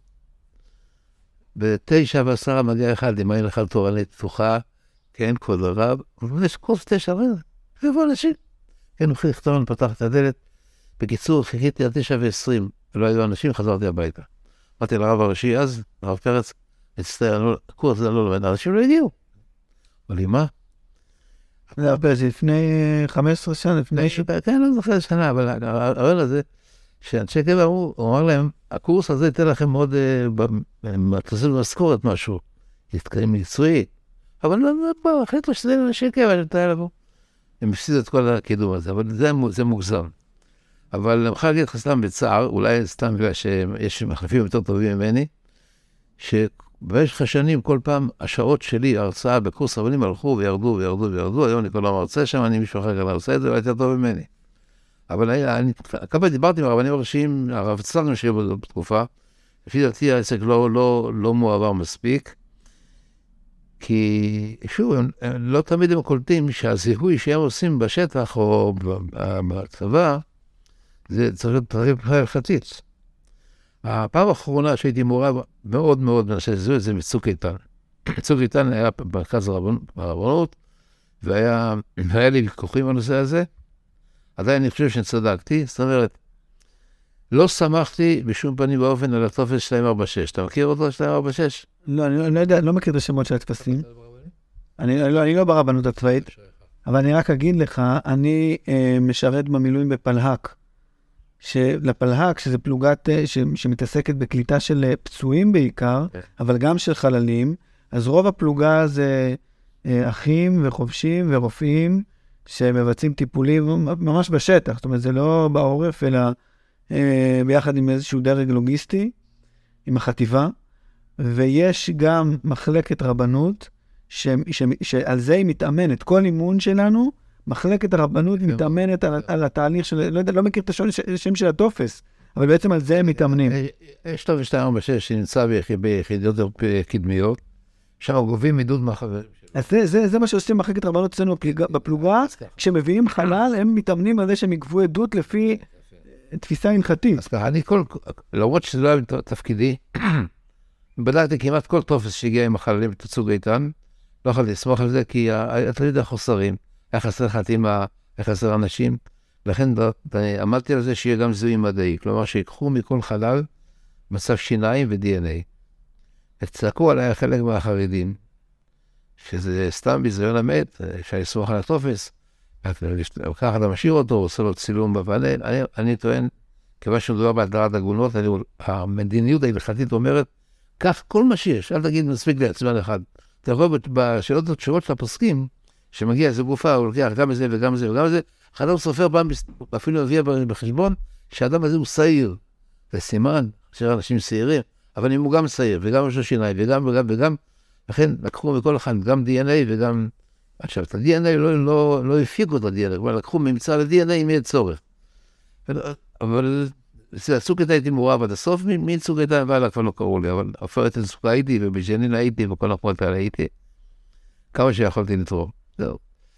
בתשע ועשרה מגיע אחד, אם אין לך תורנית פתוחה, כן, כבוד הרב, יש קורס תשע רגע, ובוא אנשים. כן, הוא חיך תורן, פתח את הדלת. בקיצור, חיכיתי עד תשע ועשרים, ולא היו אנשים, חזרתי הביתה. אמרתי לרב הראשי, אז, הרב פרץ, הצטער, הקורס הזה לא לומד, אנשים לא הגיעו. אבל לי, מה? זה הרבה, זה לפני חמש עשרה שנה, לפני... כן, לא זוכר שנה, אבל הרעיון הזה, שאנשי קבע אמרו, הוא אמר להם, הקורס הזה ייתן לכם מאוד, תעשו משכורת משהו, יתקיים מקצועי, אבל לא, לא, החליטו שזה אנשי קבע, אני מתאר לבוא. הם הפסידו את כל הקידום הזה, אבל זה, זה מוגזם. אבל אני יכול להגיד לך סתם בצער, אולי סתם בגלל שיש מחלפים יותר טובים ממני, שבמשך השנים כל פעם השעות שלי, ההרצאה בקורס רבנים הלכו וירדו וירדו וירדו, היום אני כל לא מרצה שם, אני מישהו אחר כך עושה את זה, הוא יותר טוב ממני. אבל אני, כמה דברתי עם הרבנים הראשיים, הרב צלנו שיהיה בתקופה, לפי דעתי העסק לא, לא, לא מועבר מספיק, כי שוב, הם, הם לא תמיד הם קולטים שהזיהוי שהם עושים בשטח או בצבא, זה צריך להיות תריב הלכתית. הפעם האחרונה שהייתי מעורב מאוד מאוד בנושא זיהוי, זה מצוק איתן. מצוק איתן היה במרכז הרבנות, והיה, והיה לי ויכוחים בנושא הזה, עדיין אני חושב שצדקתי, זאת אומרת, לא שמחתי בשום פנים באופן על הטופס שתיים ארבע שש. אתה מכיר אותו שתיים ארבע שש? לא, אני לא יודע, לא מכיר את השמות של הטפסים. אני לא, אני לא ברבנות הצבאית, אבל אני רק אגיד לך, אני אה, משרת במילואים בפלהק, שלפלהק, שזה פלוגת ש, שמתעסקת בקליטה של פצועים בעיקר, אבל גם של חללים, אז רוב הפלוגה זה אה, אחים וחובשים ורופאים, שמבצעים טיפולים ממש בשטח, זאת אומרת, זה לא בעורף, אלא אה, ביחד עם איזשהו דרג לוגיסטי, עם החטיבה, ויש גם מחלקת רבנות, ש, ש, שעל זה היא מתאמנת. כל אימון שלנו, מחלקת הרבנות מתאמנת על, על התהליך של, לא יודע, לא מכיר את השם של הטופס, אבל בעצם על זה הם מתאמנים. יש טופס שתיים ארבע שש שנמצא ביחידות קדמיות, שם גובים עידוד מהחברים שלו. אז זה, זה, זה מה שעושים מחלקת רבנות אצלנו בפלוגה, כשמביאים חלל, הם מתאמנים על זה שהם יגבו עדות לפי תפיסה הלכתית. אז ככה, אני כל, למרות שזה לא היה תפקידי, בדקתי כמעט כל טופס שהגיע עם החללים בצוק איתן, לא יכולתי לסמוך על זה, כי אתה יודע חוסרים, היה חסר חתימה, היה חסר אנשים, לכן עמדתי על זה שיהיה גם זיהוי מדעי, כלומר שיקחו מכל חלל מצב שיניים ו-די אן איי. הצעקו עליי חלק מהחרדים, שזה סתם ביזיון המת, אפשר לסמוך על הטופס, ככה אתה משאיר אותו, עושה לו צילום בפאנל. אני, אני טוען, כיוון שמדובר בהגדרת עגונות, המדיניות ההלכתית אומרת, כך כל מה שיש, אל תגיד מספיק לעצמן אחד. אתה רואה בשאלות התשובות של הפוסקים, שמגיע איזה גופה, הוא לוקח גם זה וגם זה וגם זה, אדם סופר פעם, אפילו הביא בחשבון, שהאדם הזה הוא שעיר. זה סימן, אשר אנשים שעירים, אבל אם הוא גם שעיר, וגם יש לו שיניים, וגם וגם וגם, לכן לקחו מכל אחד, גם די אן איי וגם... עכשיו, את ה-די אן איי לא, לא, לא הפיקו את ה-די אן איי, אבל לקחו ממצא ל-די אן איי אם יהיה צורך. אבל צוק איתה הייתי מעורב עד הסוף, מצוק איתה ועלה כבר לא קראו לי, אבל עופרת אל צוקה הייתי, ובג'נין הייתי, וכל הפרוט האלה הייתי, כמה שיכולתי לתרום. זהו.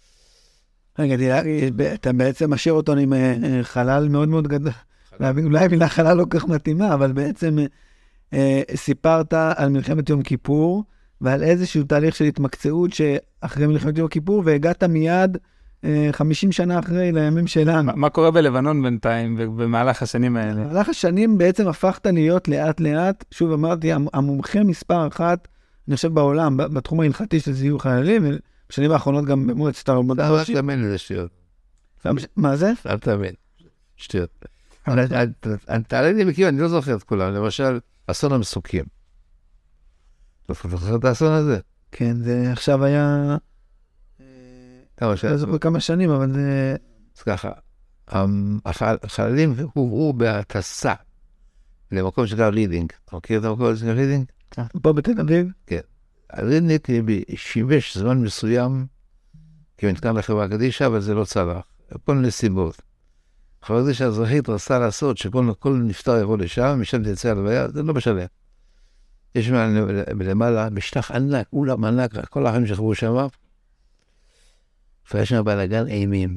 רגע, אתה בעצם משאיר אותו עם חלל מאוד מאוד גדול. אולי מילה חלל לא כך מתאימה, אבל בעצם סיפרת על מלחמת יום כיפור, ועל איזשהו תהליך של התמקצעות שאחרי מלחמת יום כיפור, והגעת מיד חמישים שנה אחרי לימים שלנו. מה קורה בלבנון בינתיים, במהלך השנים האלה? במהלך השנים בעצם הפכת להיות לאט לאט, שוב אמרתי, המומחה מספר אחת, אני חושב בעולם, בתחום ההלכתי של זיהוי חללים, בשנים האחרונות גם במועצת הרבנות הראשית. אל תאמין לזה שטויות. מה זה? אל תאמין. שטויות. תעלה לי מכיר, אני לא זוכר את כולם, למשל, אסון המסוקים. אתה זוכר את האסון הזה? כן, זה עכשיו היה... כמה שנים? לא זוכר כמה שנים, אבל זה... אז ככה, החללים הובאו בהטסה למקום שקרה לידינג. אתה מכיר את המקום שקרה לידינג? פה בתל אביב? כן. לידינג שימש זמן מסוים כמתקן לחברה קדישא, אבל זה לא צלח. כל נסיבות. חברה קדישא האזרחית רצתה לעשות שכל נפטר יבוא לשם, משם תצא הלוויה, זה לא משנה. יש למעלה משטח ענק, אולם ענק, כל האחרים שחברו שם, ויש שם בלגן אימים.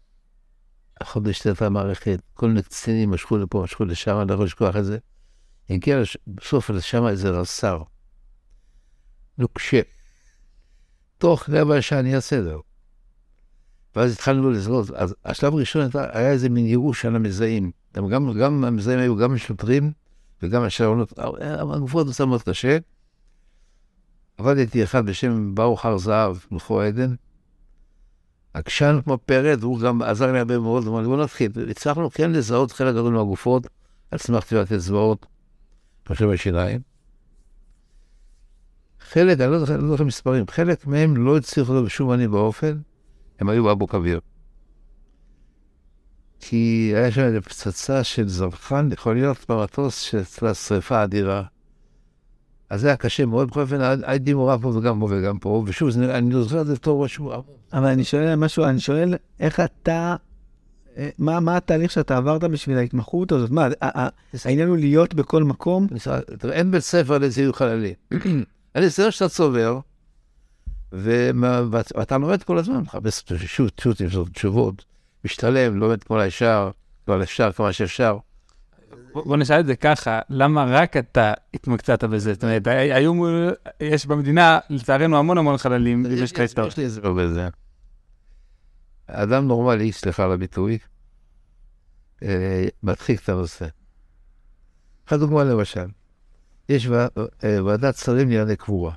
החודש תתה מערכת, כל נקצינים משכו לפה, משכו לשם, אני לא יכול לשכוח את זה. הגיע בסוף לשם איזה רס"ר. נוקשה. תוך רבע שעה נהיה סדר. ואז התחלנו לזרות. אז השלב הראשון היה איזה מין ייאוש על המזהים. גם, גם המזהים היו גם שוטרים, וגם השערונות. הגופות עושה מאוד קשה. עבדתי אחד בשם ברוך הר זהב, מלכו עדן. עקשן כמו פרד, הוא גם עזר לי הרבה מאוד. אמרתי, בוא נתחיל. הצלחנו כן לזהות חלק גדול מהגופות, על סמך טביעת אצבעות, פשוט בשיניים. חלק, אני לא זוכר, לא זוכר מספרים, חלק מהם לא הצליחו לו בשום מני באופן, הם היו באבו כביר. כי היה שם איזו פצצה של זרחן, יכול להיות במטוס של שריפה אדירה. אז זה היה קשה מאוד, בכל אופן, הייתי מעורב פה וגם פה וגם פה, ושוב, אני לא זוכר את זה טוב משהו. אבל אני שואל משהו, אני שואל, איך אתה, מה, מה התהליך שאתה עברת בשביל ההתמחות הזאת? מה, העניין הוא להיות בכל מקום? אין בית ספר לזיהוי חללים. אני סדר שאתה צובר, ואתה לומד כל הזמן, מחפש שוטים, תשובות, משתלם, לומד כמו הישר, כל אפשר, כמה שאפשר. בוא נשאל את זה ככה, למה רק אתה התמקצעת בזה? זאת אומרת, היום יש במדינה, לצערנו, המון המון חללים, יש לך היסטוריה. יש לי הסבר בזה. אדם נורמלי, סליחה על הביטוי, מתחיק את הנושא. אחת דוגמה למשל, יש ועדת שרים לענייני קבורה.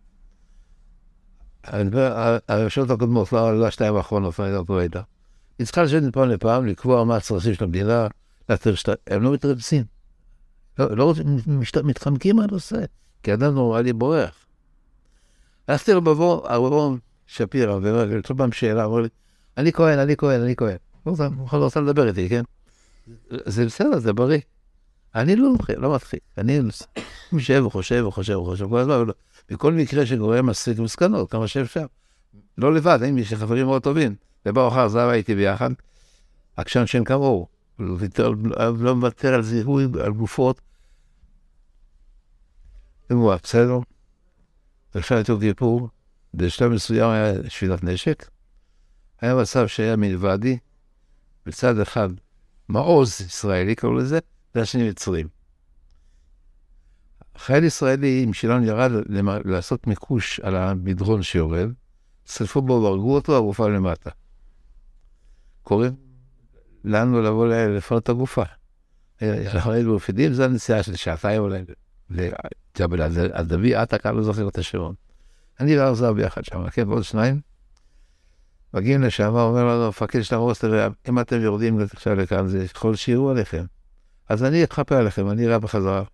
הרשויות הקודמות, לא השתיים האחרונות, אני לא קורא איתה. היא צריכה לשבת מפעם לפעם, לקבוע מה הצרכים של המדינה, הם לא מתרפסים. לא מתחמקים מהנושא, כי אדם נורמלי בורח. הלכתי לו בבוא, ארון שפירא, ולכל פעם שאלה, אמר לי, אני כהן, אני כהן, אני כהן. הוא רוצה לדבר איתי, כן? זה בסדר, זה בריא. אני לא מתחיל, לא מתחיל. אני משאב וחושב וחושב וחושב. כל הזמן, בכל מקרה שגורם מספיק מסקנות, כמה שאפשר. לא לבד, אין לי שחברים מאוד טובים. ובאו אחר זהב הייתי ביחד, עקשן שאין כמוהו. לא מוותר על זיהוי, על גופות. ומוע, בסדר? אפשר יותר דיפור. בשלב מסוים היה שביתת נשק, היה מצב שהיה מלבדי, בצד אחד מעוז ישראלי קראו לזה, והשני מצרים. חייל ישראלי עם שלנו ירד לעשות מקוש על המדרון שיורד, שרפו בו והרגו אותו, הגופה למטה. קוראים לנו לבוא לפנות את הגופה. אנחנו היינו מפחידים, זו הנסיעה של שעתיים אולי לג'בל עדבי, עתק, אני לא זוכר את השמות. אני והרזר ביחד שם, כן, ועוד שניים. מגיעים לשם, אומר לנו, מפקד של המרוס, תראה, אם אתם יורדים עכשיו לכאן, זה יכול שירו עליכם. אז אני אתחפה עליכם, אני אראה בחזרה.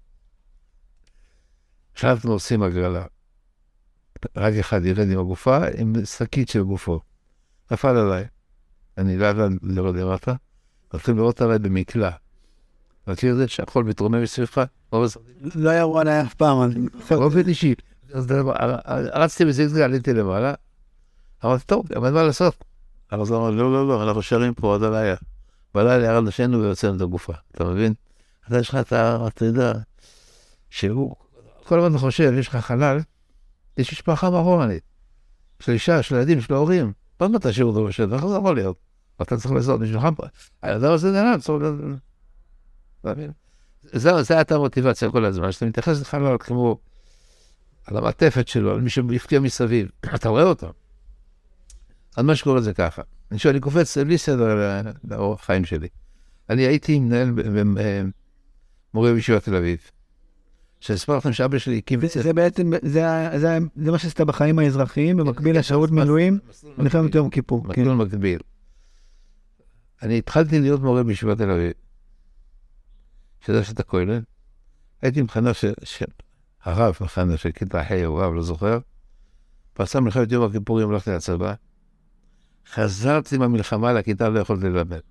עכשיו אנחנו עושים הגרלה. רק אחד ירד עם הגופה, עם שקית של גופו. נפל עליי. אני לא יודע לראות למטה. הולכים לראות עליי במקלע. מכיר את זה שהכל מתרומם מסביבך? לא היה רואה עליי אף פעם. באופן אישי. רצתי בזגזג, עליתי למעלה. אמרתי, טוב, אבל מה לעשות? אז אמרתי, לא, לא, לא, אנחנו שרים פה עוד הלילה. בלילה ירד נשנו ויוצאנו את הגופה. אתה מבין? אתה יש לך את העתידה, שהוא, כל הזמן חושב, יש לך חלל, יש משפחה מאחורנית. של אישה, של ילדים, של ההורים. פעם אתה תשאיר אותו בשטח, זה יכול להיות. אתה צריך לעשות משלחם פה. הדבר הזה נעלם, צריך להבין. זה הייתה המוטיבציה כל הזמן, שאתה מתייחס לחלל כמו על המעטפת שלו, על מי שיפקיע מסביב. אתה רואה אותו. עד מה שקורה זה ככה. אני שואל, אני קופץ בלי סדר לאורח חיים שלי. אני הייתי מנהל מורה בישיבת תל אביב. שהספר לכם שאבא שלי הקים... זה בעצם, זה מה שעשתה בחיים האזרחיים, במקביל לשירות מילואים, מלחמת יום כיפור. מקביל מקביל. אני התחלתי להיות מורה בישיבת תל אביב. שזה שאתה כולל. הייתי מחנך של... הרב מחנך של כיתה חי, או רב, לא זוכר. פרסם מלחמת יום הכיפורים, הלכתי לצבא. חזרתי מהמלחמה לכיתה, לא יכולתי ללמד.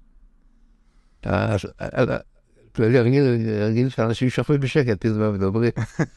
רגיל שאנשים שוכבים בשקט, פתאום מדברים.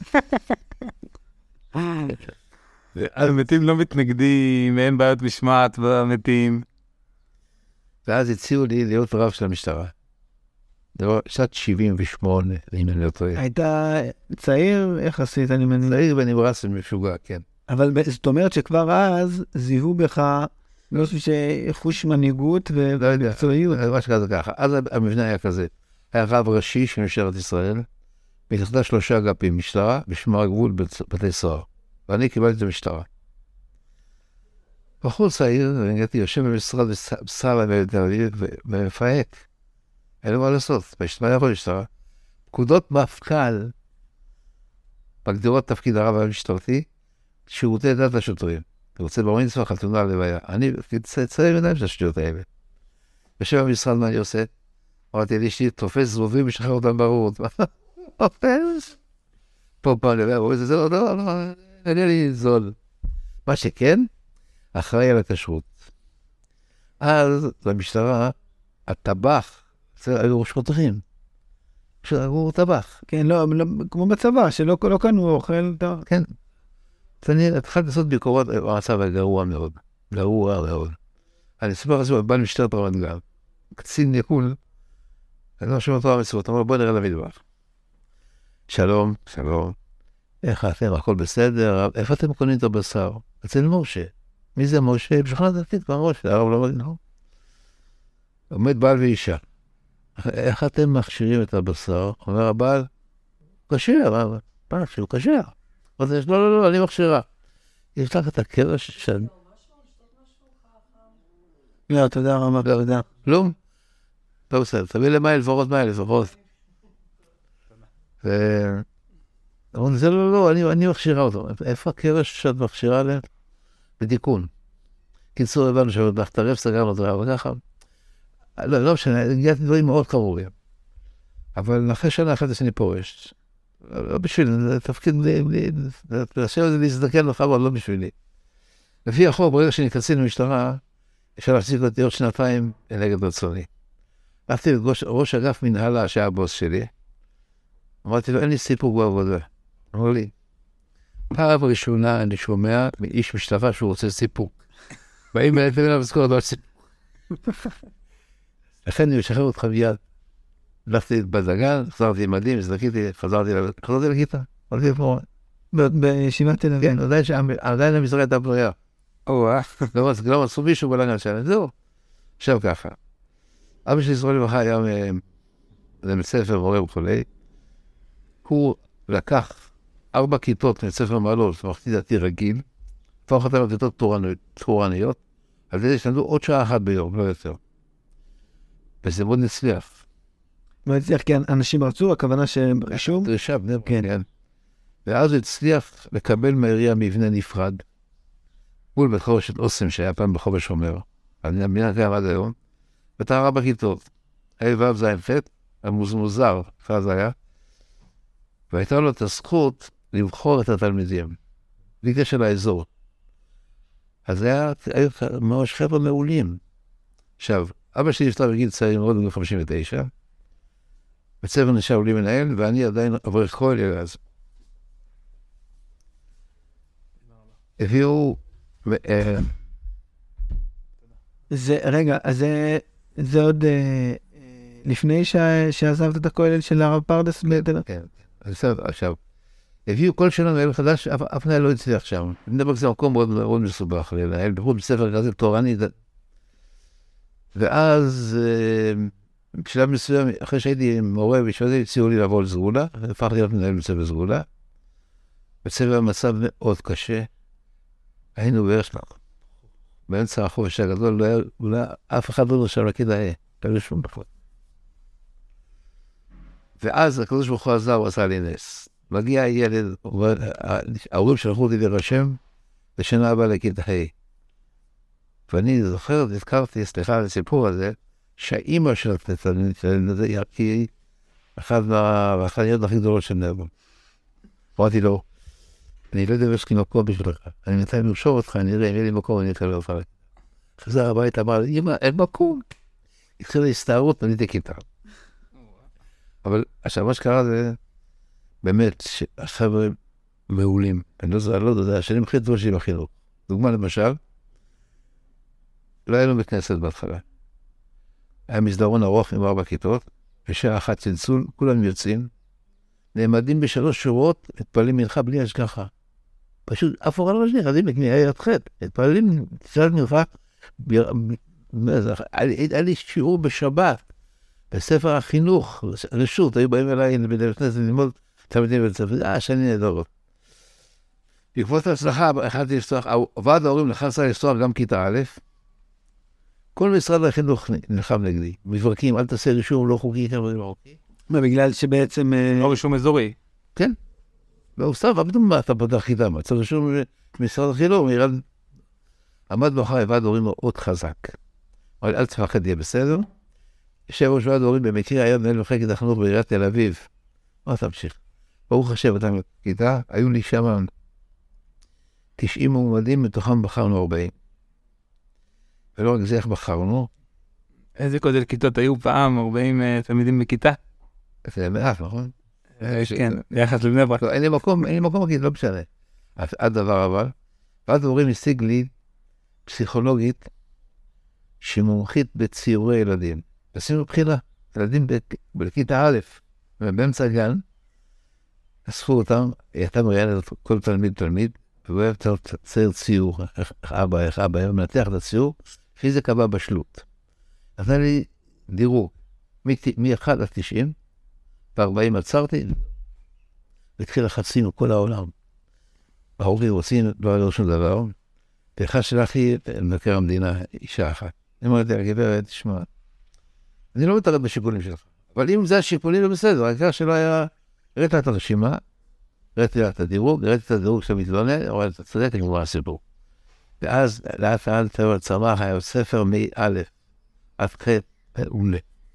המתים לא מתנגדים, אין בעיות משמעת במתים. ואז הציעו לי להיות רב של המשטרה. זה לא, שנת שבעים ושמונה, אם אני לא טועה. הייתה צעיר יחסית, אני מניח. צעיר ונמרץ ומשוגע, כן. אבל זאת אומרת שכבר אז זיהו בך לא חושב שחוש מנהיגות ומקצועיות. ממש כזה ככה. אז המבנה היה כזה. היה רב ראשי של משטרת ישראל, מתחתיה שלושה אגפים, משטרה, משמר הגבול, בתי סוהר. ואני קיבלתי את המשטרה. בחור צעיר, הגעתי יושב במשרד בסלע בתל אביב ומפהק. אין לו מה לעשות, מה יכול משטרה? פקודות מפכ"ל מגדירות תפקיד הרב המשטרתי, שירותי דת לשוטרים. אתה רוצה בר מצווה, חתונה, לוויה. אני צעיר ידיים של השטויות האלה. יושב במשרד, מה אני עושה? אמרתי לי, אשתי תופס זבובים ושחרר אותם ברור. תופס? פה פעם לוויה, זה לא, לא, לא, אין לי זול. מה שכן, אחראי על הכשרות. אז למשטרה, הטבח, היו שוטרים. היו טבח. כן, לא, כמו בצבא, שלא קנו אוכל. כן. אני התחלתי לעשות ביקורות, המצב היה גרוע מאוד. גרוע מאוד. אני אספר לך, בא למשטרת רמת גן. קצין יקול, אני לא שומע אותו המצוות, אמר, בוא נראה למטבח. שלום, שלום. איך אתם, הכל בסדר? איפה אתם קונים את הבשר? אצל משה. מי זה משה? בשכונה דתית, כבר משה. הרב לא מבין, עומד בעל ואישה. איך אתם מכשירים את הבשר? אומר הבעל, קשר, מה, שהוא קשר. אז יש, לא, לא, לא, אני מכשירה. יש לך את הקרש של... לא, תודה רבה, תודה. כלום? טוב, בסדר, תביא למייל לפחות מייל לפחות. ו... אבל זה לא, לא, אני, אני מכשירה אותו. איפה הקרש שאת מכשירה להם? בתיקון. קיצור, הבנו שבטרף סגרנו אותו, אבל ככה... לא, לא משנה, הגעתי דברים מאוד קרובים. אבל אחרי שנה אחת שאני פורש. לא בשבילי, זה תפקיד, לשבת להזדקן לך, אבל לא בשבילי. לפי החוק, ברגע שאני קצין במשטרה, אפשר להחזיק אותי עוד שנתיים נגד רצוני. הלכתי לראש אגף מנהלה, שהיה הבוס שלי, אמרתי לו, אין לי סיפוק בעבודה. אמר לי, פעם ראשונה אני שומע מאיש משטרה שהוא רוצה סיפוק. באים אליי אליו לזכור דבר סיפוק. לכן אני משחרר אותך מיד. הלכתי בדגן, חזרתי עם מדים, הזדקיתי, חזרתי לכיתה, חזרתי לפורן. בישיבת תל אביב. כן, עדיין שם- עדיין המזרח הייתה בריאה. או-אה. לא מצ- לא מצאו מישהו בלגן שלהם, זהו. עכשיו ככה. אבא של ישראל לברכה היה מ- לבית ספר מורה וכולי. הוא לקח ארבע כיתות מבית ספר מעלות, ממלכתי דתי רגיל, הפך אותם לכיתות תורניות- תורניות, על זה שלמדו עוד שעה אחת ביום, לא יותר. וזה מאוד נצליח. לא הצליח כי אנשים רצו, הכוונה שרישום. דרישה, בני ברק, כן. כן. ואז הוא הצליח לקבל מהעירייה מבנה נפרד, מול בית חורש אוסם שהיה פעם ברחוב השומר, המדינה קיים עד היום, ואתה ארבע כיתות, ה' ו' ז' ח', המוזמוזר, ככה זה היה, והייתה לו את הזכות לבחור את התלמידים, בלי קשר לאזור. אז היה, היו ממש חבר'ה מעולים. עכשיו, אבא שלי נפטר בגיל צעיר מאוד, בגיל חמישים ותשע, בית ספר נשאר לי מנהל, ואני עדיין אברך כל אז. הביאו, אה, זה, רגע, אז זה, זה עוד אה, אה, לפני שה- שעזבת את הכולל של הרב פרדס בתל אביב? כן, אז בסדר, עכשיו, הביאו כל שנה מנהל חדש, אף אף מנהל לא הצליח שם. בני ברק זה מקום מאוד מאוד מסובך לנהל, בחור בספר כזה תורני, ד- ואז אה, בשלב מסוים, אחרי שהייתי מורה בשביל הציעו לי לעבור לסגולה, הפכתי להיות מנהל בית ספר סגולה. בית ספר במצב מאוד קשה, היינו בערך באמצע החופש הגדול, לא היה, אולי אף אחד לא נרשם לכיתה ה', לא היה שום דבר. ואז הקדוש ברוך הוא עזר, הוא עשה לי נס. מגיע ילד, הוא אומר, ההורים שלחו אותי להירשם בשנה הבאה לכיתה ה'. ואני זוכר, הזכרתי, סליחה על הסיפור הזה, שהאימא של התלמיד הזה היא אחת מהחניות הכי גדולות של נרבו. אמרתי לו, אני לא יודע אם יש לי מקום בשבילך, אני נתן לרשום אותך, אני אראה אם יהיה לי מקום, אני אקבל אותך. חזר הביתה, אמר לי, אמא, אין מקום. התחילה להסתערות, אני כיתה. אבל עכשיו מה שקרה זה, באמת, שהחבר'ה מעולים. אני לא יודע, אני לא יודע, השנים הכי טובות שלי בחינוך. דוגמה למשל, לא היה לנו בית כנסת בהתחלה. היה מסדרון ארוך עם ארבע כיתות, בשעה אחת צלצול, כולם יוצאים, נעמדים בשלוש שורות, מתפללים מנחה בלי השגחה. פשוט אף אחד לא משנה, חדים מכניעה ח', מתפללים, תשאלת מנחה, היה לי שיעור בשבת, בספר החינוך, רשות, היו באים אליי לבית כנסת ללמוד תלמידים בבית ספר, אה, שנים נהדרות. בעקבות ההצלחה, החלטתי לפתוח, ועד ההורים נכנס לפתוח גם כיתה א', כל משרד החינוך נלחם נגדי, מברקים, אל תעשה רישום לא חוקי, לא חוקי. מה, בגלל שבעצם... אה, לא רישום אזורי. כן. והוא סתם, אבל מה אתה פתח כיתה, מה? צריך רישום משרד החינוך, מירד... עמד מאחורי ועד ההורים מאוד חזק. אבל אל תפחד, יהיה בסדר. יושב ראש ועד ההורים במקרה היה מנהל מחלקת החינוך בעיריית תל אביב. מה תמשיך? ברוך השם, אותם בכיתה, היו לי שם תשעים מועמדים, מתוכם בחרנו ארבעים. ולא רק זה, איך בחרנו? איזה גודל כיתות היו פעם, ארבעים אה, תלמידים בכיתה? זה מעט, נכון? אה, כן, יחס לבני ברק. לא, אין לי מקום, אין לי מקום להגיד, לא משנה. אז עד דבר אבל, ועד ההורים השיג לי פסיכולוגית שמומחית בציורי ילדים. עשינו בחינה, ילדים בכיתה א', ובאמצע גן, אספו אותם, היא הייתה מראיינת כל תלמיד תלמיד, והוא אוהב צייר ציור, איך אבא, איך אבא, הוא מנתח את הציור, לפי זה קבע בשלות. נתן לי דירוג, מ-אחד עד תשעים, ב-ארבעים עצרתי, והתחיל לחצים מכל העולם. ההורים רוצים, לא היה לו שום דבר, ואחד שלחתי מבקר המדינה, אישה אחת. אני אומרת לה, גברת, תשמע, אני לא מתערב בשיקולים שלך, אבל אם זה השיקולים, לא בסדר, העיקר שלא היה, ראית את הרשימה, ראיתי את הדירוג, ראיתי את הדירוג של מתלונן, אבל אתה צודק, אני אומר הסיפור. ואז לאט לאט תאור צמח היה ספר מא' עד ח' מעולה.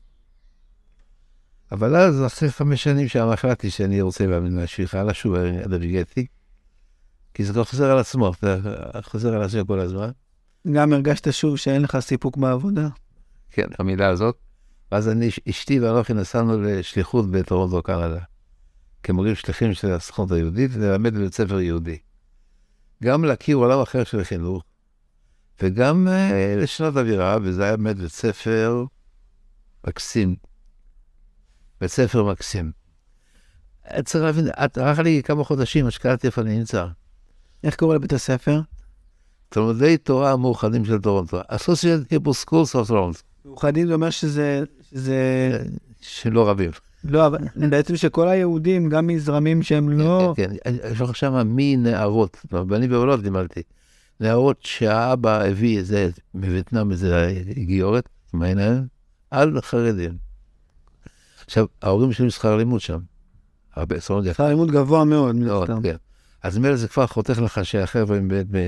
אבל אז אחרי חמש שנים שם החלטתי שאני רוצה להמשיך הלאה שוב עד הוויגטי, כי זה לא חוזר על עצמו, זה חוזר על עצמו כל הזמן. גם הרגשת שוב שאין לך סיפוק בעבודה? כן, המילה הזאת. ואז אני, אשתי ואנוכי נסענו לשליחות בטורונטו, קנדה, כמורים שליחים של הסוכנות היהודית, וללמד בבית ספר יהודי. גם להכיר עולם אחר של חינוך, וגם אה, לשנות אווירה, וזה היה באמת בית ספר מקסים. בית ספר מקסים. צריך להבין, רק לי כמה חודשים, השקעתי איפה אני נמצא. איך קורא לבית הספר? תלמודי תורה המאוחדים של טורונטו. Associated Hebrew Schools of Toronto. מאוחדים זה אומר שזה... שזה... שלא רבים. לא, אבל בעצם שכל היהודים, גם מזרמים שהם לא... כן, כן. יש לך שמה מנערות, ואני בעולות לימדתי. נערות שהאבא הביא איזה, מווייטנאם איזה גיורת, מעניין, על חרדים. עכשיו, ההורים שלי שכר לימוד שם. הרבה, זאת אומרת, שכר לימוד גבוה מאוד, מאוד, כן. אז מילא זה כבר חותך לך שהחבר'ה הם באמת...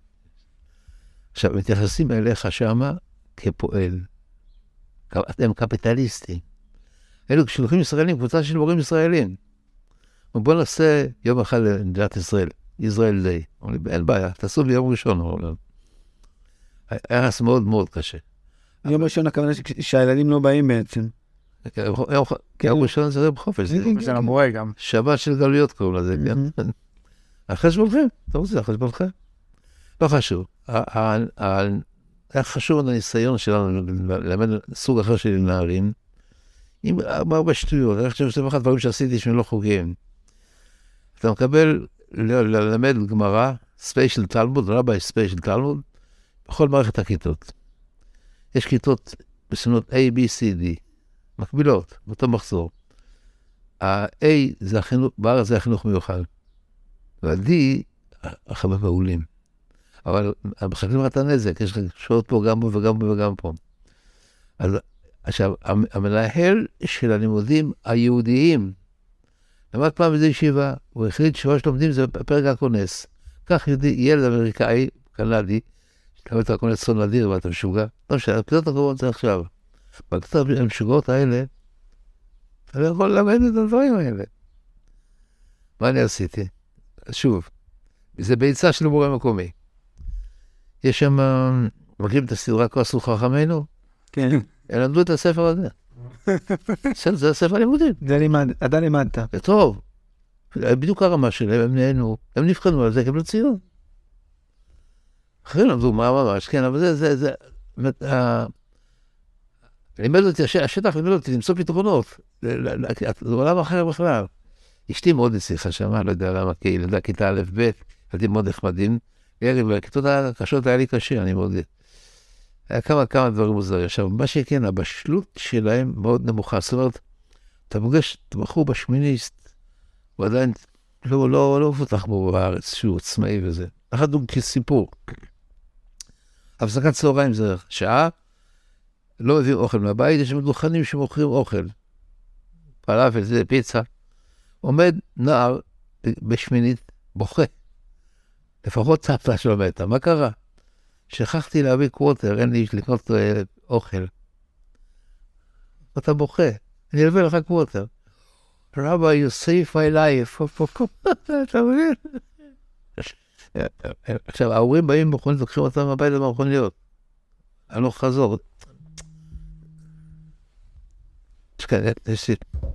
עכשיו, מתייחסים אליך שמה כפועל. אתם קפיטליסטים. אלו כשלוחים ישראלים, קבוצה של מורים ישראלים. בואו נעשה יום אחד למדינת ישראל, ישראל דיי. אין בעיה, תעשו ביום ראשון. היה מאוד מאוד קשה. יום ראשון הכוונה שהילדים לא באים בעצם. יום ראשון זה בחופש. זה המורה גם. שבת של גלויות קוראים לזה, כן? אחרי שבולכם, אתה רוצה, אחרי שבולכם. לא חשוב. היה חשוב הניסיון שלנו ללמד סוג אחר של נערים, עם הרבה שטויות. אני חושב שזה אחד דברים שעשיתי שהם לא חוגיים. אתה מקבל ללמד גמרא, ספיישל תלמוד, רבי ספיישל תלמוד, בכל מערכת הכיתות. יש כיתות בסמנות A, B, C, D, מקבילות, באותו מחזור. ה-A זה החינוך, בארץ זה החינוך מיוחד. וה-D, החבר'ה מעולים. אבל מחכים לך את הנזק, יש לך שעות פה, גם פה וגם פה וגם פה. אז עכשיו, המנהל של הלימודים היהודיים, למד פעם איזו ישיבה, הוא החליט שמה שלומדים זה פרק הכונס. כך יהודי, ילד אמריקאי, קנדי, שתלמד את הכונס סון נדיר, ואתה משוגע. לא משנה, הפקידות הקרובות זה עכשיו. בקטות המשוגעות האלה, אתה לא יכול ללמד את הדברים האלה. מה אני עשיתי? שוב, זה ביצה של מורה מקומי. יש שם, מכירים את הסדרה כה עשו חכמינו? כן. הם למדו את הספר הזה. זה הספר לימודים. זה לימד, אתה לימדת. זה טוב. בדיוק הרמה שלהם, הם נהנו, הם נבחנו על זה, קיבלו ציון. אחרים למדו מה ממש, כן, אבל זה, זה, זה, לימד אותי, השטח לימד אותי למצוא פתרונות. זה עולם אחר בכלל. אשתי מאוד הצליחה שם, לא יודע למה, כי ילדה כיתה א' ב', ילדים מאוד נחמדים. בכיתות הקשות היה לי קשה, אני מאוד... היה כמה כמה דברים מוזרים. עכשיו, מה שכן, הבשלות שלהם מאוד נמוכה. זאת אומרת, אתה פוגש, אתה בחור בשמיניסט, הוא עדיין לא, לא, לא מפותח בו בארץ, שהוא עצמאי וזה. אחד הוא כסיפור. הפסקת צהריים זה שעה, לא מביאים אוכל מהבית, יש מדוכנים שמוכרים אוכל. פלאפל, זה פיצה. עומד נער בשמינית, בוכה. לפחות סבתא שלו מתה. מה קרה? שכחתי להביא קווטר, אין לי לקנות אה, אוכל. אתה בוכה, אני אלווה לך קווטר. רבי, you save my life. אתה מבין? עכשיו, ההורים באים במכונית, לוקחים אותם הביתה במכוניות. אני לא חזור. יש כאן, יש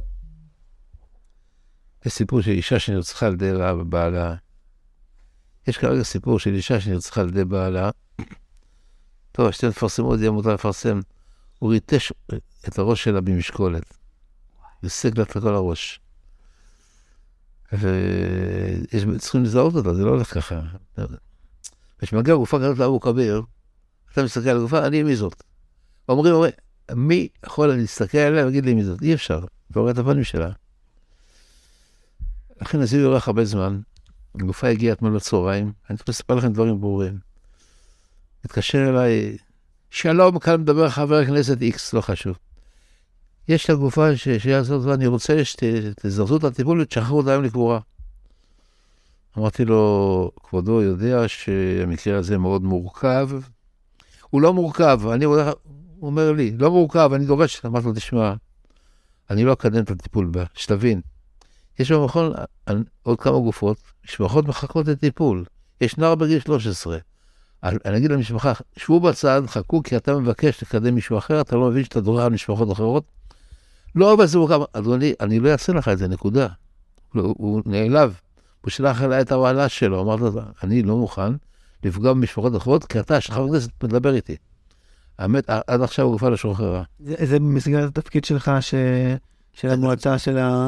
סיפור של אישה שנרצחה על ידי בעלה. יש כרגע סיפור של אישה שנרצחה על ידי בעלה. טוב, שאתם תפרסמו את זה, מותר לפרסם. הוא ריטש את הראש שלה במשקולת. וסק לה את כל הראש. וצריכים לזהות אותה, זה לא הולך ככה. כשמגיע גופה כזאת לאבו כביר, אתה מסתכל על הגופה, אני מי זאת. אומרים, אומרים, מי יכול להסתכל עליה ולהגיד לי מי זאת? אי אפשר. ורואה את הפנים שלה. לכן עשיתי יורך הרבה זמן. הגופה הגיעה אתמול בצהריים, אני צריך לספר לכם דברים ברורים. התקשר אליי, שלום, כאן מדבר חבר הכנסת איקס, לא חשוב. יש לה גופה שיעשות, ואני רוצה שתזרזו את הטיפול ותשחררו אותה היום לקבורה. אמרתי לו, כבודו יודע שהמקרה הזה מאוד מורכב. הוא לא מורכב, אני הוא אומר לי, לא מורכב, אני דורש. אמרתי לו, תשמע, אני לא אקדם את הטיפול בה, שתבין. יש במכון עוד כמה גופות, משפחות מחכות לטיפול. יש נער בגיל שלוש עשרה. אני אגיד למשפחה, שבו בצד, חכו, כי אתה מבקש לקדם מישהו אחר, אתה לא מבין שאתה דורש על משפחות אחרות. לא, אבל זה מורכב. אדוני, אני לא אעשה לך את זה, נקודה. הוא נעלב. הוא שלח אליי את הוועלה שלו. אמרת לו, אני לא מוכן לפגוע במשפחות אחרות, כי אתה, שחבר הכנסת, מדבר איתי. האמת, עד עכשיו הוא גופה לשוחררה. זה במסגרת התפקיד שלך, של המועצה של ה... לא.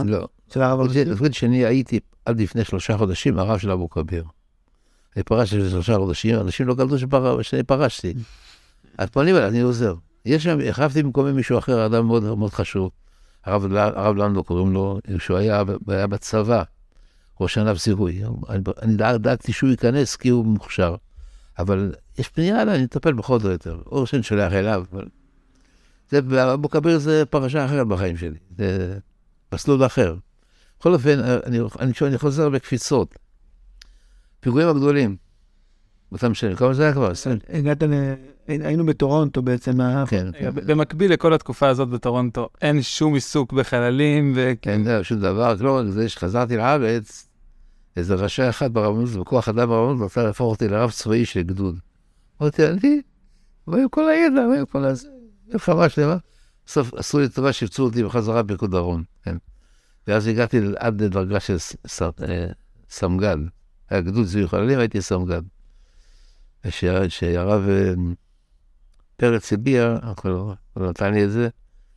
של הרב הראשי? לפני שאני הייתי עד לפני שלושה חודשים הרב של אבו כביר. אני פרשתי לפני שלושה חודשים, אנשים לא קלטו שאני פרשתי. אז פונים אליי, אני עוזר. יש שם, החלפתי במקומי מישהו אחר, אדם מאוד מאוד חשוב. הרב, הרב לנדו קוראים לו, שהוא היה, היה בצבא, ראש ענף זיהוי. אני, אני דאגתי שהוא ייכנס כי הוא מוכשר. אבל יש פנייה עליי, אני אטפל בכל זאת יותר. או שאני שולח אליו. אבל... זה, אבו כביר זה פרשה אחרת בחיים שלי. זה מסלול אחר. בכל אופן, אני, אני, אני חוזר בקפיצות. פיגועים הגדולים. אותם שנים, כמה זה היה כבר? הגעת ל... היינו בטורונטו בעצם. כן. במקביל לכל התקופה הזאת בטורונטו, אין שום עיסוק בחללים ו... כן, זה שום דבר. לא רק זה שחזרתי לארץ, איזה רשע אחד ברבנות, בכוח אדם ברבנות, רצה להפוך אותי לרב צבאי של גדוד. אמרתי, אני, והיו כל הידע, והיו כל הזה, מלחמה שלמה. בסוף עשו לי טובה, שיפצו אותי בחזרה בפיקוד דרום, כן. ואז הגעתי עד לדרגה של סמג"ד. היה גדוד זיהוי חללים, הייתי סמג"ד. שהרב פרץ הביע, הוא נתן לי את זה.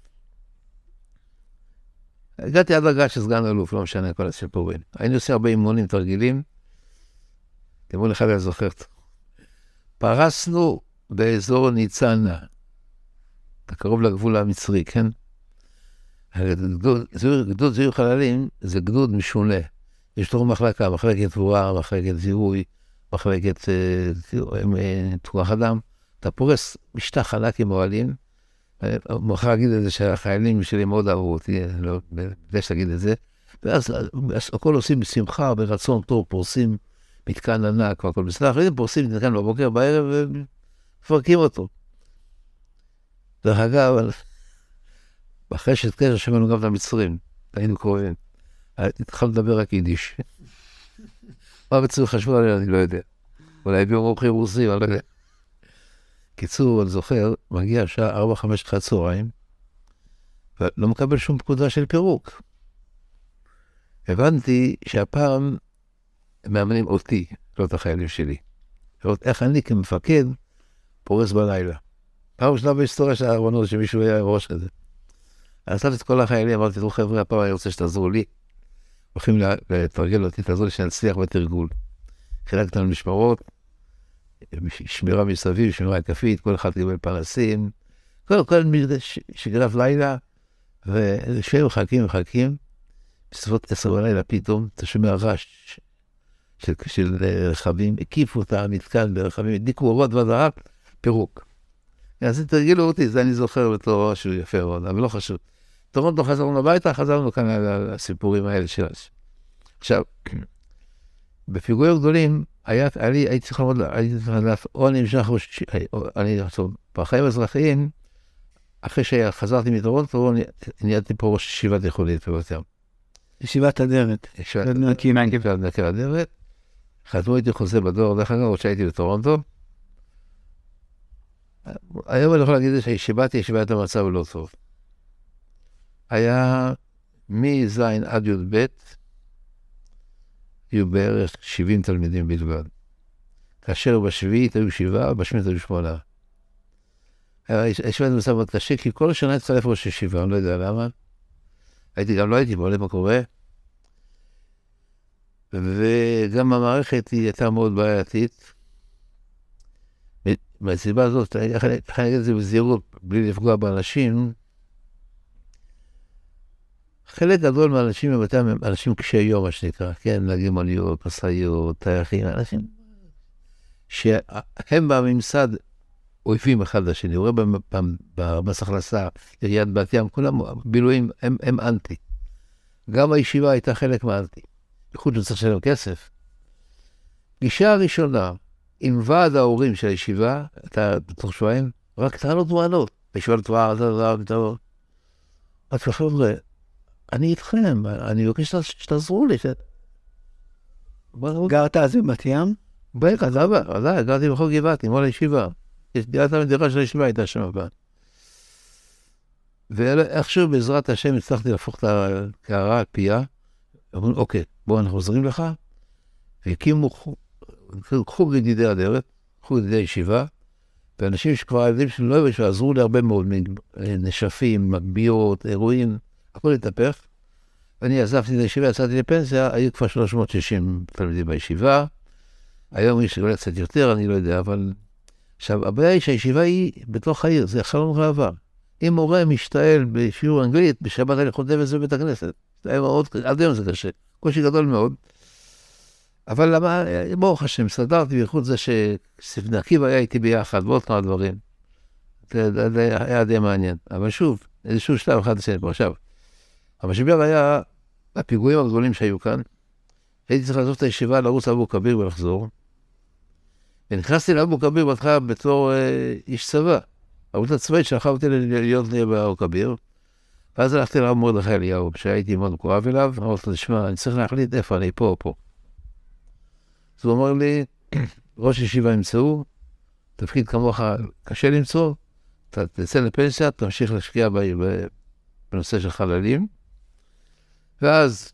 הגעתי עד דרגה של סגן אלוף, לא משנה כל הסיפורים. היינו עושה הרבה אימונים, תרגילים. תראו לך אני זוכרת. פרסנו באזור ניצנה, קרוב לגבול המצרי, כן? גדוד זיהוי חללים זה גדוד משונה. יש לו מחלקה, מחלקת תבואה, מחלקת זיהוי, מחלקת תכוח אדם. אתה פורס משטח חלק עם אוהלים. מוכר להגיד את זה שהחיילים שלי מאוד אהבו אותי, לא יודע שתגיד את זה. ואז הכל עושים בשמחה, ברצון טוב, פורסים מתקן ענק, והכל בסדר. אחרי פורסים מתקן בבוקר, בערב, ומפרקים אותו. דרך אגב, אחרי שהתקשר שמענו גם את המצרים, היינו קוראים. התחלנו לדבר רק יידיש. מה בצורה חשבו עליה, אני לא יודע. אולי הביאו מומחים רוסים, אני לא יודע. קיצור, אני זוכר, מגיע השעה ארבע חמש אחרי הצהריים, ולא מקבל שום פקודה של פירוק. הבנתי שהפעם מאמנים אותי, לא את החיילים שלי. לראות איך אני כמפקד פורס בלילה. פעם שלה בהיסטוריה של הארונות, שמישהו היה ראש כזה. אז עשיתי את כל החיילים, אמרתי, תראו חבר'ה, הפעם אני רוצה שתעזרו לי. הולכים לתרגל אותי, תעזרו לי שנצליח בתרגול. חילקת לנו משמרות, שמירה מסביב, שמירה התקפית, כל אחד קיבל פרסים, כל, כל מיני שגרף לילה, ושהם מחכים, מחכים, בסביבות עשר בלילה פתאום, אתה שומע רעש של, של רכבים, הקיפו את המתקן ברכבים, הדליקו אורות ודרק, פירוק. אז תרגילו אותי, זה אני זוכר בתור משהו יפה מאוד, אבל לא חשוב. טורונטו חזרנו הביתה, חזרנו כאן על הסיפורים האלה של... עכשיו, בפיגועים גדולים, היה, לי, הייתי צריך לעמוד, הייתי צריך לדעת, או אני המשך, אני, בחיים האזרחיים, אחרי שחזרתי מטורונטו, נהייתי פה ראש ישיבת יכולית, ויותר. ישיבת אדרת. ישיבת אדרת. חתמו הייתי חוזה בדור, דרך אגב, עוד שהייתי בטורונטו. היום אני יכול להגיד שהישיבת ישיבת המצב לא טוב. היה מזין עד י' ב', היו בערך שבעים תלמידים בלבד. כאשר בשביעית היו שבעה, בשמינית היו שמונה. הישיבה במצב מאוד קשה, כי כל השנה התחלף ראש ישיבה, אני לא יודע למה. הייתי, גם לא הייתי בעולה מה קורה. וגם המערכת היא הייתה מאוד בעייתית. מהסיבה הזאת, אני אגיד את זה בזהירות, בלי לפגוע באנשים, חלק גדול מהאנשים הם אנשים קשי יום, מה שנקרא, כן, נהגי מוניות, משאיות, טייחים, אנשים שהם בממסד אויבים אחד לשני, רואה במס הכנסה, עיריית בת ים, כולם בילויים, הם, הם אנטי. גם הישיבה הייתה חלק מהאנטי, בייחוד שצריך לשלם כסף. גישה הראשונה, עם ועד ההורים של הישיבה, אתה בתוך שבועיים, רק טענות מענות, בישיבה לתבואה, אתה יודע, אתה יודע, את חבר'ה, אני איתכם, אני מבקש שתעזרו לי. גרת אז בבת ים? בטח, זה עבר, גרתי בחוק גבעתי, מול הישיבה. דירת המדירה של הישיבה הייתה שם הבאה. ואיכשהו בעזרת השם הצלחתי להפוך את הקערה על פיה, אמרו, אוקיי, בואו אנחנו עוזרים לך, והקימו חוג ידידי אדרת, חוג ידידי הישיבה, ואנשים שכבר יודעים שהם לא יודעים שעזרו לי הרבה מאוד נשפים, מגביות, אירועים, הכל התהפך, אני עזבתי את הישיבה, יצאתי לפנסיה, היו כבר שלוש מאות ושישים תלמידים בישיבה. היום יש אולי קצת יותר, אני לא יודע, אבל... עכשיו, הבעיה היא שהישיבה היא בתוך העיר, זה חלום ראווה. אם מורה משתעל בשיעור אנגלית, בשבת אני חוטב את זה בבית הכנסת. זה היה מאוד, עד היום זה קשה. קושי גדול מאוד. אבל למה, ברוך השם, סדרתי בייחוד זה שספני עקיבא היה איתי ביחד, ועוד כמה דברים. זה, זה היה די מעניין. אבל שוב, איזשהו שלב אחד לסיים פה. עכשיו, המשבר היה הפיגועים הגדולים שהיו כאן. הייתי צריך לעזוב את הישיבה, לרוץ לאבו כביר ולחזור. ונכנסתי לאבו כביר בהתחלה בתור אה, איש צבא. הערוץ הצבאית שלחה אותי להיות באבו כביר. ואז הלכתי לרב מרדכי אליהו, שהייתי מאוד מקורב אליו, אמרתי לו, תשמע, אני צריך להחליט איפה אני, פה או פה. אז הוא אומר לי, ראש ישיבה ימצאו, תפקיד כמוך קשה למצוא, אתה תצא לפנסיה, תמשיך להשקיע בנושא של חללים, ואז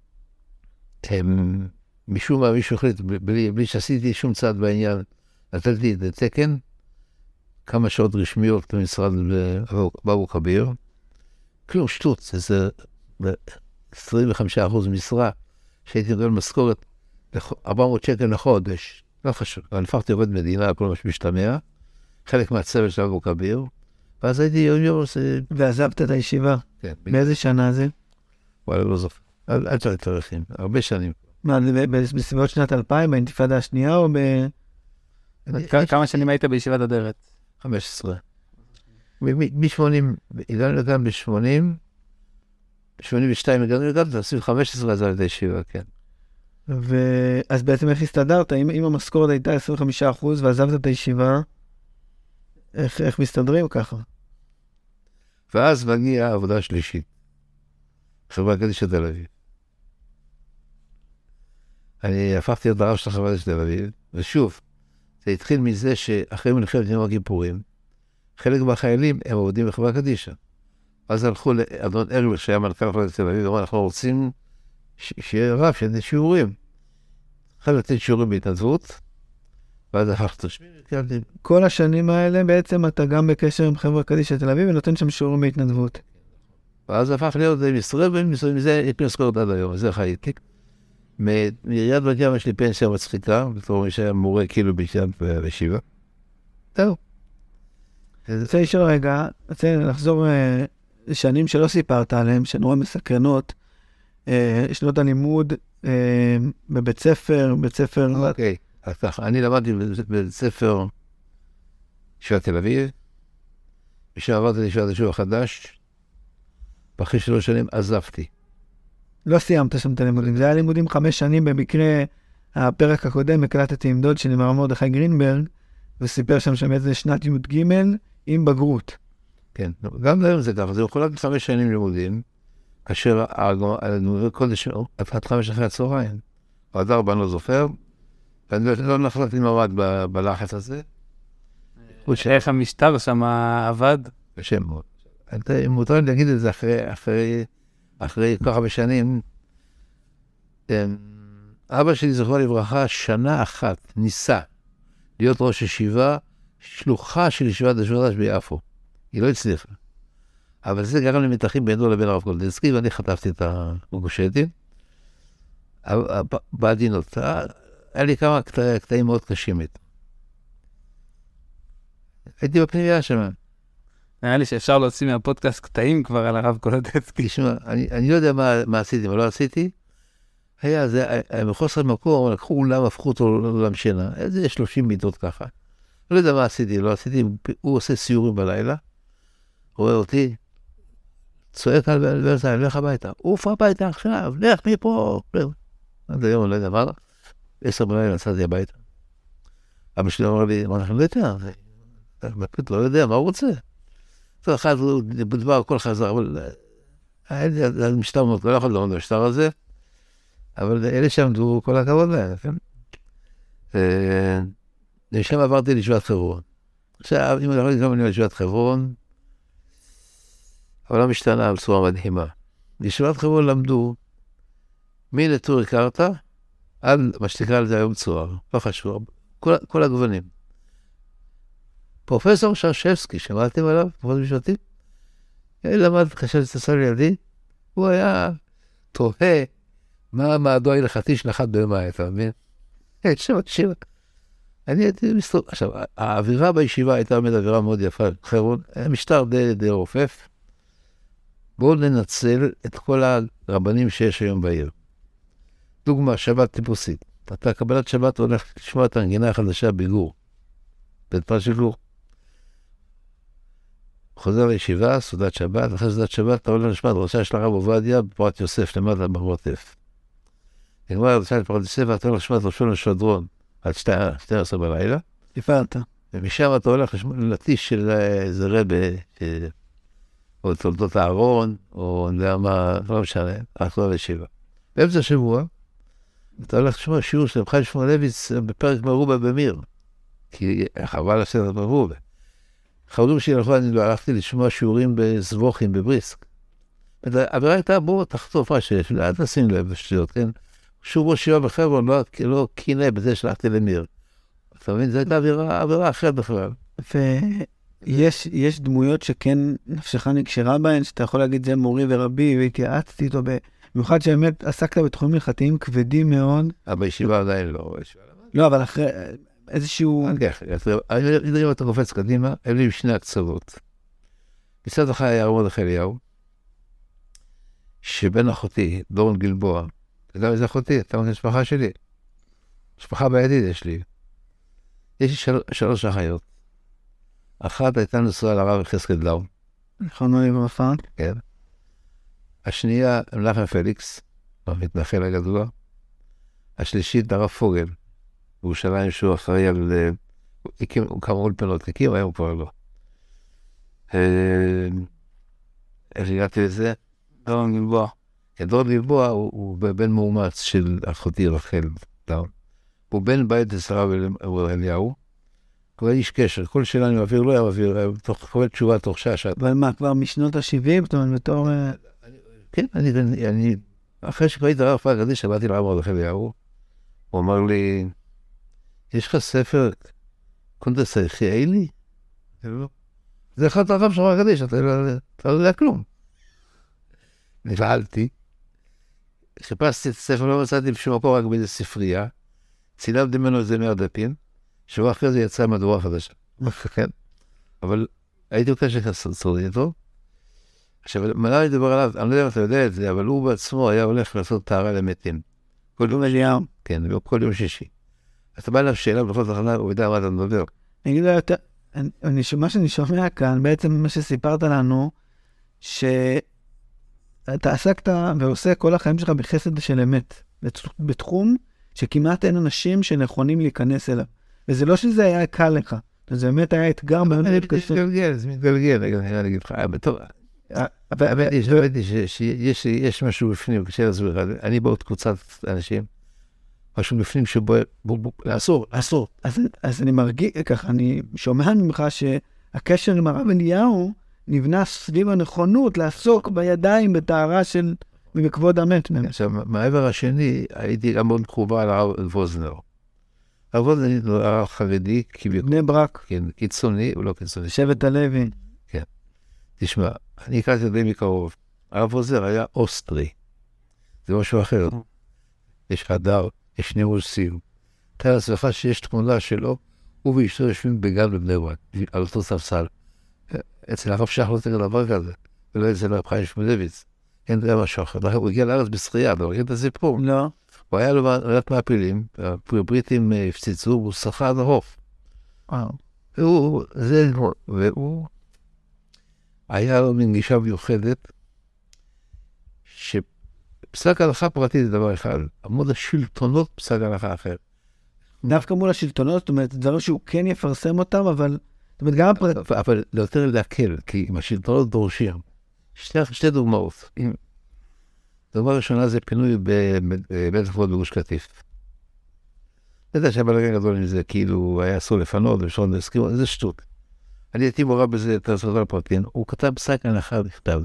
הם, משום מה מישהו החליט, בלי, בלי שעשיתי שום צעד בעניין, נתתי לי את התקן, כמה שעות רשמיות במשרד באבו כביר, כלום שטות, איזה עשרים וחמישה אחוז משרה, שהייתי נותן משכורת ארבע מאות שקל לחודש, לא חשוב, אבל הפכתי עובד מדינה, כל מה שמשתמע, חלק מהצוות של אבו כביר, ואז הייתי יום יום עושה... ועזבת את הישיבה? כן. באיזה שנה זה? וואלה, לא זוכר. אל תראי תאריכים, הרבה שנים. מה, בסביבות שנת אלפיים, באינתיפאדה השנייה או ב... כמה שנים היית בישיבת אדרת? חמש עשרה. מ-שמונים, הגענו לכאן ב-שמונים, ב-שמונים ושתיים הגענו לכאן, ועשינו חמש עשרה עזב את הישיבה, כן. ואז בעצם איך הסתדרת? אם, אם המשכורת הייתה עשרים וחמישה אחוז ועזבת את הישיבה, איך, איך מסתדרים ככה? ואז מגיעה העבודה השלישית. חברה קדישא תל אביב. אני הפכתי להיות הרב של החברה קדישא תל אביב, ושוב, זה התחיל מזה שאחרי מלחמת יום הכיפורים, חלק מהחיילים הם עובדים בחברה קדישא. אז הלכו לאדון ארליך שהיה מנכ"ל חברה קדישא תל אביב, ואמרו, אנחנו רוצים שיהיה רב, שיהיה שיעורים. התחלנו לתת שיעורים בהתנדבות, ואז הפכת. כל השנים האלה בעצם אתה גם בקשר עם חברה קדישא תל אביב, ונותן שם שיעורים בהתנדבות. ואז הפך להיות משרד, ומזה יש לי משכורת עד היום, זה חייתי. מעיריית בת ים יש לי פנסיה מצחיקה, בתור מי שהיה מורה כאילו בישיבה. זהו. אני רוצה לשאול רגע, רוצה לחזור לשנים שלא סיפרת עליהם, שנורא מסקרנות, שנות הלימוד בבית ספר, בית ספר... אוקיי, אז ככה, אני למדתי בבית ספר ישיבת תל אביב, ושם עברתי לישיבת השוב החדש, ואחרי שלוש שנים עזבתי. לא סיימת שם את הלימודים, זה היה לימודים חמש שנים, במקרה הפרק הקודם הקלטתי עם דוד שלי מרב מרדכי גרינברג, וסיפר שם שם איזה שנת י"ג עם בגרות. כן, גם להם זה ככה, זה יכול להיות חמש שנים לימודים, כאשר קודש, עד חמש אחרי הצהריים, או עד ארבע, אני לא זוכר, ואני לא נחלקתי ממד בלחץ הזה. איך המשטר שם עבד? קשה מאוד. אם מותר לי להגיד את זה אחרי, אחרי, אחרי כל הרבה שנים, אבא שלי זכרו לברכה, שנה אחת ניסה להיות ראש ישיבה, שלוחה של ישיבת השורש ביפו. היא לא הצליחה. אבל זה גרם למתחים בינו לבין הרב קולדנסקי, ואני חטפתי את הגושטים. בעדינות, היה לי כמה קטעים מאוד קשים איתם. הייתי בפנימיה שם. נראה לי שאפשר להוציא מהפודקאסט קטעים כבר על הרב קולדנסקי. תשמע, אני, אני לא יודע מה, מה עשיתי, מה לא עשיתי. היה, זה, מחוסר מקום, לקחו אולם, הפכו אותו לאולם שינה. איזה שלושים מיטות ככה. לא יודע מה עשיתי, לא עשיתי, הוא עושה סיורים בלילה, רואה אותי, צועק על ולזיים, לך הביתה. אוף הביתה עכשיו, לך מפה. עד היום, אני לא יודע מה, עשר בלילה נסעתי הביתה. אבא שלי אמר לי, מה אנחנו לא יודע? אני לא יודע, מה הוא רוצה? טוב, אחד הוא בדבר, הכל חזר, אבל היה לי משטר מאוד, לא יכול לעמוד במשטר הזה, אבל אלה שעמדו, כל הכבוד להם, כן? ושם עברתי לישיבת חברון. עכשיו, אם אני יכול גם אני לישיבת חברון, אבל לא משתנה בצורה מדהימה. בישיבת חברון למדו מנטור קרתא, עד מה שתקרא לזה היום צוהר, לא חשוב, כל, כל הגוונים. פרופסור שרשבסקי, שמעתם עליו, פרופסור משפטי? אני למד, חשב שתעשה לידי, הוא היה תוהה מה המעדו ההלכתי של אחד במאי, אתה מבין? כן, שבע, שבע. אני הייתי מסתובב. עכשיו, האווירה בישיבה הייתה באמת אווירה מאוד יפה. חברון, משטר די, די רופף. בואו ננצל את כל הרבנים שיש היום בעיר. דוגמה, שבת טיפוסית. אתה קבלת שבת הולך לשמוע את הנגינה החדשה בגור. בית של גור. חוזר לישיבה, סעודת שבת, אחרי סעודת שבת אתה הולך לשמוע את ראשה של הרב עובדיה בפרת יוסף, למטה במרתף. נגמר ראשה לפרת יוסף, ואתה הולך לשמוע את ראשון לשדרון עד שתים עשרה בלילה. יפרת. ומשם אתה הולך לשמוע לטיש של איזה רבה, או תולדות הארון, או אני יודע מה, לא משנה, אחלה לישיבה. באמצע השבוע, אתה הולך לשמוע שיעור של חיים שמואלביץ בפרק מרובה במיר, כי חבל לשבת מרובה. חברים שלי הלכו, אני לא הלכתי לשמוע שיעורים בסבוכים, בבריסק. העבירה הייתה, בואו תחטוף מה שיש, אל תשים לב בשטויות, כן? שוב בו שיעור בחברון, לא, לא קינא בזה שלחתי למיר. אתה מבין, זו הייתה עבירה, עבירה אחרת בכלל. ויש יש דמויות שכן נפשך נקשרה בהן, שאתה יכול להגיד זה מורי ורבי, והתייעצתי איתו, במיוחד שבאמת עסקת בתחומים הלכתיים כבדים מאוד. אבל בישיבה עדיין לא. לא, אבל אחרי איזשהו... אני יודע אם אתה קופץ קדימה, הם לי שני הקצוות. מצד אחד היה מרדכי אליהו, שבן אחותי, דורון גלבוע, אתה יודע איזה אחותי? אתה מכיר משפחה שלי? משפחה בעייתית יש לי. יש לי של... שלוש אחיות. אחת הייתה נשואה לרב חזקאל לאו. זכרונו לברכה. כן. השנייה, מנחם פליקס, המתנחל הגדול. השלישית, הרב פוגל. בירושלים שהוא אחראי על... הוא כמה אולפנות, הקים, היום כבר לא. איך הגעתי לזה? דורון גלבוע. דורון גלבוע הוא בן מאומץ של אחותי רחל דאון. הוא בן בית אצל הרב אליהו. הוא איש קשר, כל שאלה אני מעביר, לא היה מעביר, קורא תשובה תוך שעה שעה. אבל מה, כבר משנות ה-שבעים? זאת אומרת, בתור... כן, אני... אחרי שכבר הייתי הרב פאק קדיש, שבאתי לרב מרדכי אליהו, הוא אמר לי, יש לך ספר קונדס היחיאלי? זה אחד הרב של הרב קדיש, אתה לא יודע כלום. נבהלתי, חיפשתי את הספר, לא מצאתי בשום מקום, רק באיזה ספרייה, צילמתי ממנו איזה מאה דפים, שבוע אחרי זה יצא מהדורה חדשה. כן. אבל הייתי רוצה שסורדי איתו. עכשיו, מה אני מדבר עליו? אני לא יודע אם אתה יודע את זה, אבל הוא בעצמו היה הולך לעשות טהרה למתים. כל יום אליהו. כן, כל יום שישי. אתה בא אליו שאלה בכל תחנה, הוא יודע מה אתה מדבר. אני אגיד לו יותר, מה שאני שומע כאן, בעצם מה שסיפרת לנו, שאתה עסקת ועושה כל החיים שלך בחסד של אמת, בתחום שכמעט אין אנשים שנכונים להיכנס אליו. וזה לא שזה היה קל לך, זה באמת היה אתגר מאוד קשה. זה מתגלגל, זה מתגלגל, אני אגיד לך, בטוב. יש משהו בפנים, אני בעוד קבוצת אנשים, משהו בפנים שבו, לעשור, לעשור. אז אני מרגיש ככה, אני שומע ממך שהקשר עם הרב אליהו נבנה סביב הנכונות לעסוק בידיים בטהרה של מכבוד המת. עכשיו, מהעבר השני, הייתי גם מאוד קרובה על הרב ווזנר. הרב ווזנר הוא הרב חרדי, בני ברק. כן, קיצוני, הוא לא קיצוני. שבט הלוי. כן. תשמע, אני הכרתי את די מקרוב. הרב ווזנר היה אוסטרי. זה משהו אחר. יש הדר, יש נירוסים. תאר לעצמך שיש תמונה שלו, הוא ואשתו יושבים בגן בבני ברק, על אותו ספסל. אצל הרב שח לא תראה דבר כזה, ולא אצל הרב חיים שמואלביץ. אין דבר משהו אחר. הוא הגיע לארץ בשחייה, אתה מכיר את הסיפור? לא. הוא היה לו מעט מעפילים, הבריטים הפציצו, הוא שחה עד הרוב. וואו. והוא, זה, והוא, היה לו מין גישה מיוחדת, שפסק הלכה פרטית זה דבר אחד, עמוד השלטונות פסק הלכה אחר. דווקא מול השלטונות, זאת אומרת, זה לא שהוא כן יפרסם אותם, אבל, זאת אומרת, גם הפרט... אבל יותר להקל, כי אם השלטונות דורשים, שתי, שתי דוגמאות. דוגמה ראשונה זה פינוי בבית הקברות בגוש קטיף. אתה יודע שהבלגן גדול עם זה, כאילו היה אסור לפנות, ושון להסכים, זה שטות. אני הייתי מורה בזה, את הסרטון הפרטין, הוא כתב פסק הלכה בכתב,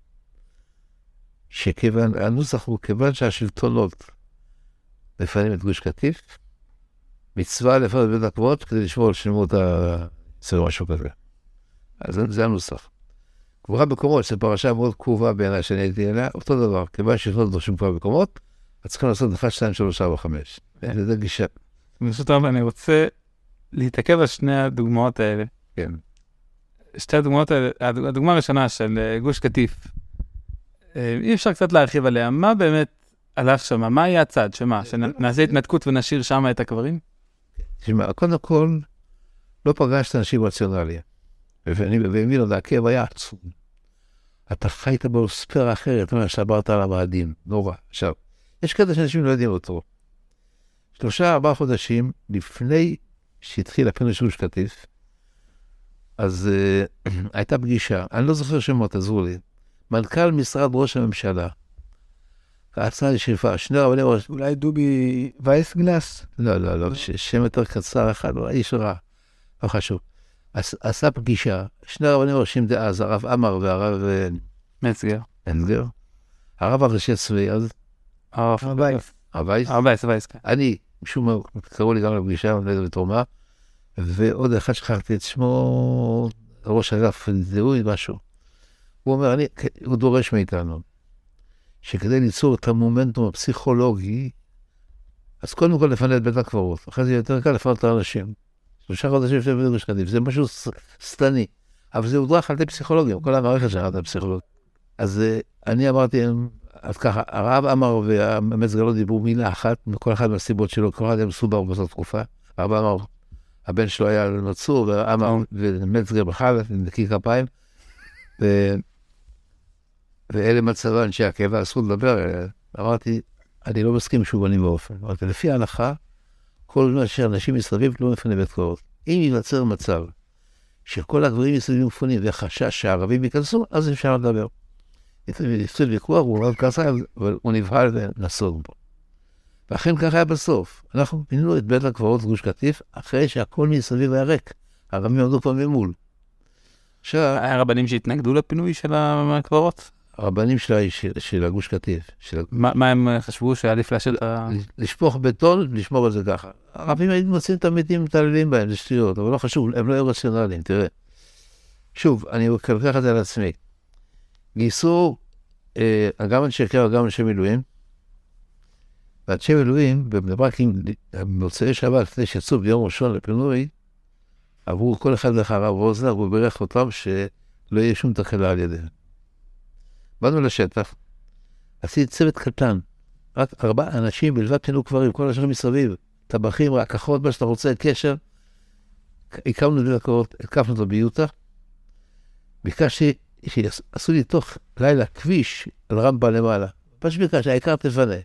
שכיוון, הנוסח הוא כיוון שהשלטונות מפנים את גוש קטיף, מצווה לפנות בבית הקברות, כדי לשמור על שלמות ה... זה משהו כזה. אז זה הנוסח. קבורה בקומות, זו פרשה מאוד קרובה בעיניי שאני הייתי אליה, אותו דבר, כיוון שיש לא דורשים קבורה בקומות, אז צריכים לעשות אחת, שתיים, שלוש, ארבע, חמש. זה גישה. ברשות הרב, אני רוצה להתעכב על שני הדוגמאות האלה. כן. שתי הדוגמאות האלה, הדוגמה הראשונה של גוש קטיף, אי אפשר קצת להרחיב עליה, מה באמת הלך שם? מה היה הצד? שמה? שנעשה התנתקות ונשאיר שם את הקברים? תשמע, קודם כל, לא פגשת אנשים רציונליים. ומי לא, הכאב היה עצום. אתה חיית באוספרה אחרת, אתה אומר, שברת על המאדים, נורא. עכשיו, יש כזה שאנשים לא יודעים אותו. שלושה, ארבעה חודשים לפני שהתחיל הפינוי של גוש קטיף, אז uh, הייתה פגישה, אני לא זוכר שמות, עזרו לי, מנכ"ל משרד ראש הממשלה, הצעה לשאיפה, שני רבני ראש... אולי דובי וייסגלס? לא, לא, לא, ש- שם יותר קצר אחד, לא, איש רע, לא חשוב. עש, עשה פגישה, שני רבני ראשים דאז, הרב אמר והרב מצגר. אנגר, הרב הראשי הצבאי, אז... הרב וייס. הרב וייס. הרב וייס, וייס, כן. אני, משום מה, קראו לי גם לפגישה, בתרומה, ועוד אחד שכחתי את שמו, ראש אגף זיהוי, משהו. הוא אומר, אני, הוא דורש מאיתנו, שכדי ליצור את המומנטום הפסיכולוגי, אז קודם כל לפנות את בית הקברות, אחרי זה יותר קל לפנות את האנשים. שלושה חודשים לפני בית גוש קטיף, זה משהו סתני, אבל זה הודרך על ידי פסיכולוגיה, כל המערכת שלחת הפסיכולוגיה. אז אני אמרתי, אז ככה, הרב אמר והמצגר לא דיברו מילה אחת, מכל אחד מהסיבות שלו, כל אחד היה מסובר באותה תקופה. הרב אמר, הבן שלו היה נצור, ואמר, ומצגר בכלל, נקי כפיים, ואלה מצבה אנשי הקבע, אסור לדבר, אמרתי, אני לא מסכים שוב אני באופן. אמרתי, לפי ההלכה, כל מה שאנשים מסביב לא מפנה בית קברות. אם ייווצר מצב שכל הדברים מסביב מפונים וחשש שהערבים ייכנסו, אז אפשר לדבר. יפצל ויכוח, הוא רב כעסה, אבל הוא נבהל ונסוג בו. ואכן ככה היה בסוף. אנחנו פינינו את בית הקברות גוש קטיף, אחרי שהכל מסביב היה ריק. הערבים עמדו פה ממול. עכשיו... היה רבנים שהתנגדו לפינוי של הקברות? הרבנים של, של, של הגוש קטיף. של... מה, מה הם חשבו שעדיף להשאיר את ה... לשפוך בטון, לשמור על זה ככה. הרבים היו מוצאים את המתים, מתעללים בהם, זה שטויות, אבל לא חשוב, הם לא היו רציונליים, תראה. שוב, אני אקח את זה על עצמי. גייסו אה, גם אנשי קבע, גם אנשי מילואים, ואנשי מילואים, במברקים, במוצאי שבת, לפני שיצאו ביום ראשון לפינוי, עברו כל אחד דרך הרב רוזנר, והוא בירך אותם שלא יהיה שום תקלה על ידיהם. באנו לשטח, עשיתי צוות קטן, רק ארבעה אנשים בלבד פינו קברים, כל השאר מסביב, טבחים, רקחות, מה שאתה רוצה, קשר. הקמנו את הקברות, הקפנו אותו ביוטה, ביקשתי שעשו לי תוך לילה כביש על רמפה למעלה. פשוט ביקשתי, העיקר תפנה.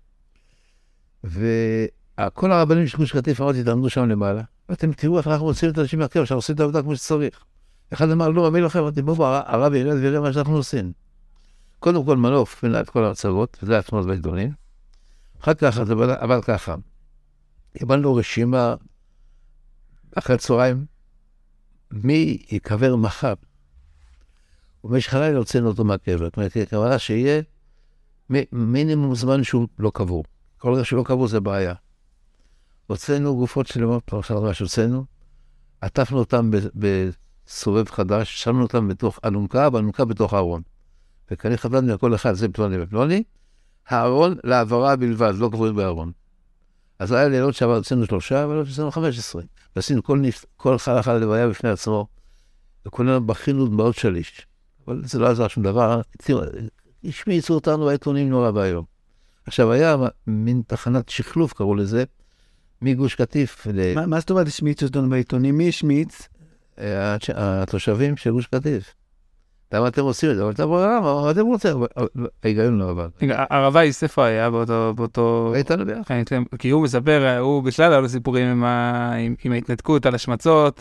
וכל הרבנים של גוש קטיף אמרתי, תעמדו שם למעלה, ואתם תראו איך אנחנו מוצאים את האנשים מהקבע, שאנחנו עושים את העבודה כמו שצריך. אחד אמר, לא, מאמין לכם, אמרתי, בואו, הרב ירד ויראה מה שאנחנו עושים. קודם כל מנוף פינה את כל המצגות, וזה היה תמונות בעיתונים. אחר כך, אבל ככה, קיבלנו רשימה אחרי הצהריים, מי יקבר מחר. ובמשך הלילה הוצאנו אותו מהקבר. זאת אומרת, הכוונה שיהיה מינימום זמן שהוא לא קבור. כל רגע שלא קבור זה בעיה. הוצאנו גופות שלמות, פרשת מה שהוצאנו, עטפנו אותם בסובב חדש, שמנו אותם בתוך אלונקה, ואלונקה בתוך הארון. וכאן חדדנו לכל אחד, זה פלוני ופלוני, הארון לעברה בלבד, לא קבורים בארון. אז היה לילות שעבר, הוצאנו שלושה, אבל הוצאנו חמש עשרה. ועשינו כל, נפ... כל חל אחד לוויה בפני עצמו, וכולנו בכינו דמעות שליש. אבל זה לא עזר שום דבר, השמיצו אותנו בעיתונים נורא והיום. עכשיו היה מין תחנת שחלוף, קראו לזה, מגוש קטיף. ל... מה, מה זאת אומרת השמיצו אותנו בעיתונים? מי השמיץ? התושבים של גוש קטיף. למה אתם עושים את זה? אבל אתה אומר, מה אתם רוצים? ההיגיון לא עבד. הרב וייס, איפה היה באותו... הייתנו ביחד. כי הוא מספר, הוא בכלל היה לו סיפורים עם ההתנתקות על השמצות.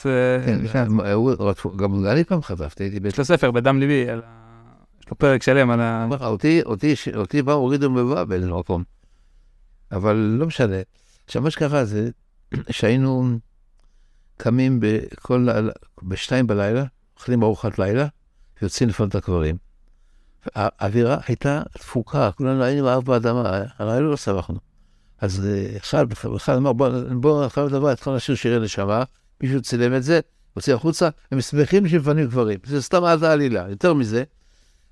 גם אני פעם חטפתי, הייתי בית... יש לו ספר בדם ליבי, יש לו פרק שלם על ה... אותי פעם הורידו מבואה באיזה מקום. אבל לא משנה. עכשיו מה שקרה זה שהיינו קמים בשתיים בלילה, אוכלים ארוחת לילה, ויוצאים לפנות את הקברים. האווירה הייתה תפוקה, כולנו היינו מאהב באדמה, הלילה לא סבחנו. אז אחד, אחד אמר, בואו נתחיל לדבר, התחלנו לשיר שירי נשמה, מישהו צילם את זה, הוציא החוצה, הם שמחים שמפנים קברים. זה סתם עד העלילה. יותר מזה,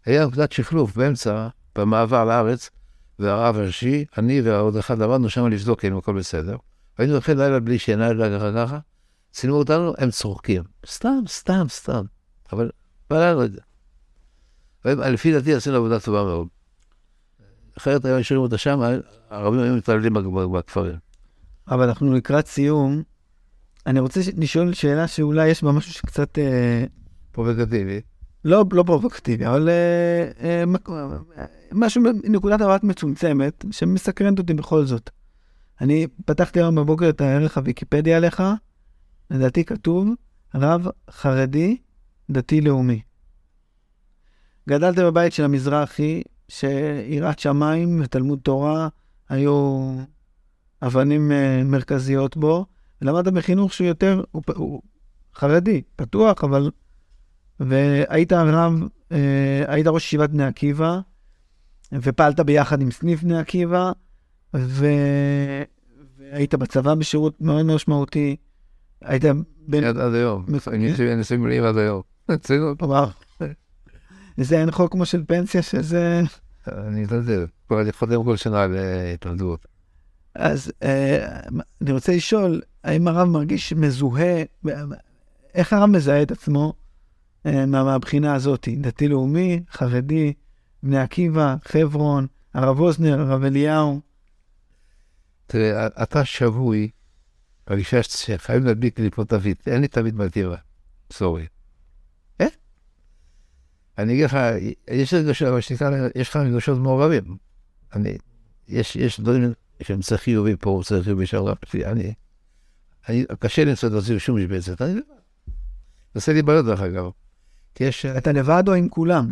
היה נקודת שחלוף באמצע, במעבר לארץ, והרב הראשי, אני ועוד אחד עמדנו שם לבדוק אם הכל בסדר. היינו הולכים לילה בלי שינה, ככה ככה, צילמו אותנו, הם צוחקים. סתם, סתם, סתם. אבל, אבל לא יודע. לפי דעתי עשינו עבודה טובה מאוד. אחרת היום נשארים אותה שם, הרבים היו מתפללים בכפרים. אבל אנחנו לקראת סיום. אני רוצה לשאול שאלה שאולי יש בה משהו שקצת... אה, פרובוקטיבי. לא, לא פרובוקטיבי, אבל אה, אה, משהו מנקודת מבט מצומצמת, שמסקרנת אותי בכל זאת. אני פתחתי היום בבוקר את הערך הוויקיפדיה עליך, לדעתי כתוב, רב חרדי דתי לאומי. גדלת בבית של המזרחי, שיראת שמיים ותלמוד תורה היו אבנים מרכזיות בו, ולמדת בחינוך שהוא יותר, הוא, הוא חרדי, פתוח, אבל... והיית רב, היית ראש ישיבת בני עקיבא, ופעלת ביחד עם סניף בני עקיבא, ו... והיית בצבא בשירות מאוד משמעותי. היית בין... עד היום. אני עושה מילואים עד היום. וואו. זה אין חוק כמו של פנסיה שזה... אני אתנדב. אני חותם כל שנה להתנדבות. אז אני רוצה לשאול, האם הרב מרגיש מזוהה, איך הרב מזהה את עצמו מהבחינה הזאת? דתי לאומי, חרדי, בני עקיבא, חברון, הרב אוזנר, הרב אליהו? תראה, אתה שבוי, בגישה שחייבים להדביק לי פה תווית. אין לי תווית בטבע. סורי. אה? אני אגיד לך, יש לך רגשות מעורבים. אני, יש, יש דברים שהם צריך חיובי פה, צריך חיובי שם. אני, אני, קשה למצוא להוציא שום משבצת. אני לבד. עושה לי בעיות דרך אגב. יש... אתה לבד או עם כולם?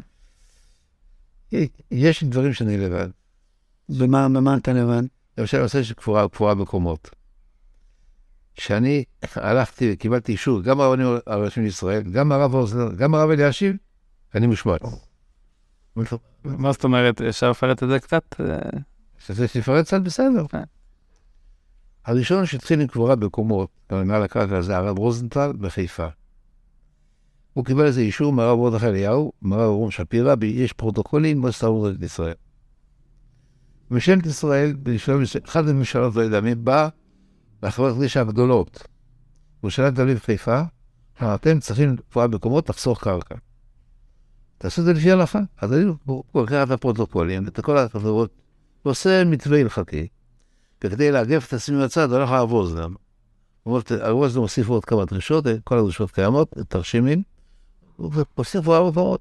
יש דברים שאני לבד. במה, במה אתה לבד? למשל, אני עושה שכפורה, כפורה בקומות. שאני הלכתי וקיבלתי אישור, גם הרבנים הראשיים לישראל, גם הרב אוזנר, גם הרב אלישיב, אני מושמץ. מה זאת אומרת? אפשר לפרט את זה קצת? שזה שפרט קצת בסדר. הראשון שהתחיל עם קבורה בקומות, מעל הקרקע הזה, הרב רוזנטל בחיפה. הוא קיבל איזה אישור מהרב מרדכי אליהו, מהרב אברום שפירא, יש פרוטוקולים במועצת הרבנות לישראל. ממשלת ישראל, אחד הממשלות, לא יודע מי, בא לחברות קדישא הגדולות. ירושלים תל אביב חיפה, אתם צריכים קבורה בקומות, תחסוך קרקע. תעשו את זה לפי הלכה. אז אני לוקח את הפרוטוקולים, את כל החברות, ועושה מתווה הלכתי, וכדי להגף את עצמי בצד, הולך הרב אוזנר. הרב אוזנר מוסיף עוד כמה דרישות, כל הדרישות קיימות, תרשימים, ומוסיף עוד ועוד.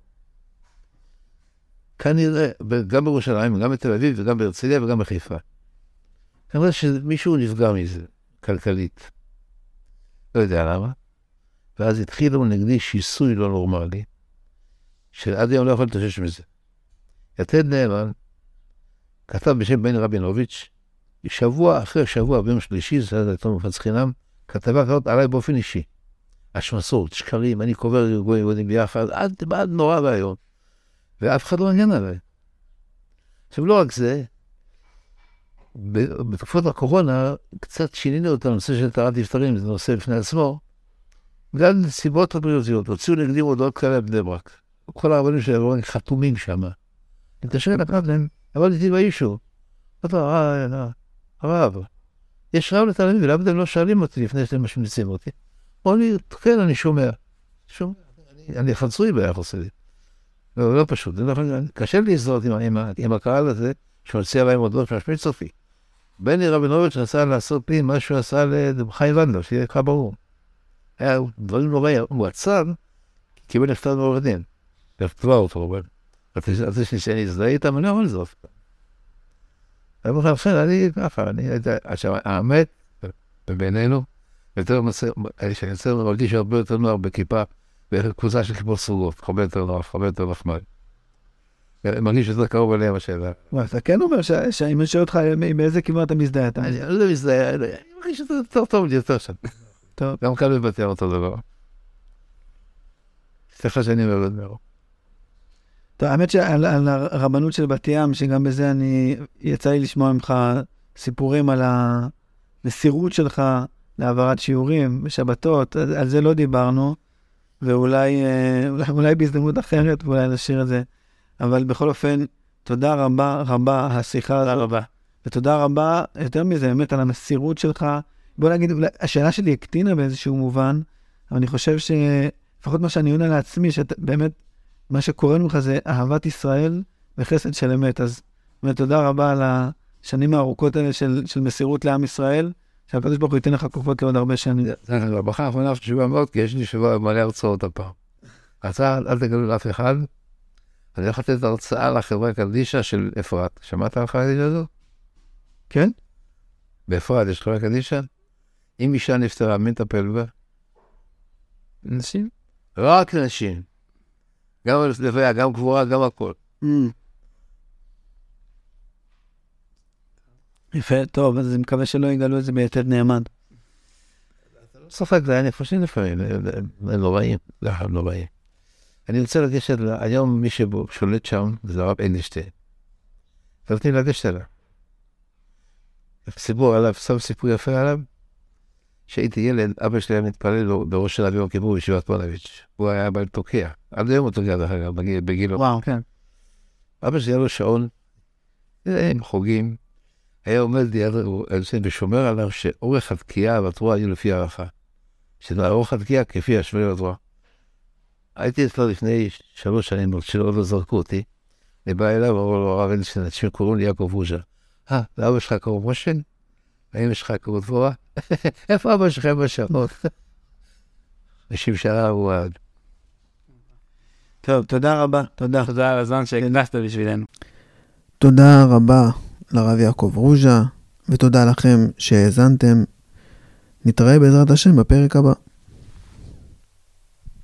כנראה, גם בירושלים, גם בתל אביב, וגם בהרצליה, וגם בחיפה. כנראה שמישהו נפגע מזה, כלכלית. לא יודע למה. ואז התחילו נגדי שיסוי לא נורמלי, שעד היום לא יכול לתשש מזה. יתד נאמן, כתב בשם בן רבינוביץ', שבוע אחרי שבוע, ביום שלישי, זה היה עיתון מופץ חינם, כתבה כזאת עליי באופן אישי. השמצות, שקרים, אני קובר ארגונים יהודים ביחד, עד, עד נורא והיום. ואף אחד לא עניין עליי. עכשיו, לא רק זה, בתקופות הקורונה, קצת שינינו את הנושא של טהרת נפטרים, זה נושא בפני עצמו, בגלל סיבות הבריאותיות, הוציאו נגדי הודעות כאלה בבני ברק. כל הרבנים שלהם חתומים שם. אני מתקשר לקרב להם, אבל איתי באישו. הרב, יש רב לתל אביב, ולמה אתם לא שואלים אותי לפני שאתם משמיצים אותי? אמרו לי, כן, אני שומע. שומע. אני חצוי ביחס לי. לא, לא פשוט. קשה לי להזדהות עם הקהל הזה, שמציע להם הודעות שמשמיץ אותי. בני רבינוביץ' רצה לעשות לי מה שהוא עשה לחיים ונדלר, שיהיה לך ברור. היה דברים נוראים, הוא עצר, קיבל נכתב מעורך דין. וכתבה אותו, אבל רציתי שאני אזדהה איתם, אני לא אומר זאת. אני אומר לכם, אני ככה, אני יודע, האמת, ובינינו, שאני יוצא מרגיש הרבה יותר נוער בכיפה, בקבוצה של כיפות סרוגות, הרבה יותר נוער, הרבה יותר נחמד. אני מרגיש יותר קרוב אליהם השאלה. אתה כן אומר שאני משאיר אותך באיזה כיוון אתה מזדהה? אני לא יודע מזדהה, אני מרגיש יותר טוב לי יותר שם. גם כאן מבטא אותו דבר. סליחה שאני אומר עוד מרו. טוב, האמת שעל הרבנות של בת ים, שגם בזה אני יצא לי לשמוע ממך סיפורים על המסירות שלך להעברת שיעורים בשבתות, על זה לא דיברנו, ואולי אולי, אולי בהזדמנות אחרת, ואולי נשאיר את זה. אבל בכל אופן, תודה רבה רבה, השיחה הזאת. תודה רבה. ותודה רבה, יותר מזה, באמת, על המסירות שלך. בוא נגיד, אולי, השאלה שלי הקטינה באיזשהו מובן, אבל אני חושב שלפחות מה שאני עונה לעצמי, שבאמת, מה שקורה ממך זה אהבת ישראל וחסד של אמת. אז באמת, תודה רבה על השנים הארוכות האלה של, של מסירות לעם ישראל, שהקדוש ברוך הוא ייתן לך כוחות לעוד הרבה שנים. ברכה האחרונה חשובה מאוד, כי יש לי שבוע מלא הרצאות הפעם. הרצאה, אל תגלו לאף אחד. אני הולך לתת הרצאה לחברה קדישא של אפרת. שמעת על חברה קדישא הזו? כן? באפרת יש חברה קדישא? אם אישה נפטרה, מי מטפל בה? נשים? רק נשים. גם לוויה, גם קבורה, גם הכל. Mm. יפה, טוב, אז אני מקווה שלא יגלו את זה ביתד נאמן. ספק, זה היה נפשים לפעמים, הם נוראים, זה אחד נוראים. אני רוצה לגשת, היום מי ששולט שם, זה הרב אינשטיין. תרתי לגשת עליו. סיפור עליו, שם סיפור יפה עליו, שהייתי ילד, אבא שלי היה מתפלל בראש של אביון כיפור בישיבת פונביץ'. הוא היה בעל תוקע. עד היום הוא תוקע דרך אגב, בגילו. וואו, כן. אבא שלי היה לו שעון, עם חוגים, היה עומד ליד ושומר עליו שאורך התקיעה והתרועה היו לפי הערכה. שאורך התקיעה כפי השמר והתרועה. הייתי אצלו לפני שלוש שנים, כשעוד לא זרקו אותי, אני בא אליו, אמרו לו, הרב אינשטיין, אנשים קוראים לי יעקב רוז'ה. אה, לאבא שלך קוראים מושן? האם יש לך קוראים דבורה? איפה אבא שלכם בשעות? אנשים שרה הוא עד. טוב, תודה רבה, תודה. תודה על הזמן שהקדשת בשבילנו. תודה רבה לרב יעקב רוז'ה, ותודה לכם שהאזנתם. נתראה בעזרת השם בפרק הבא.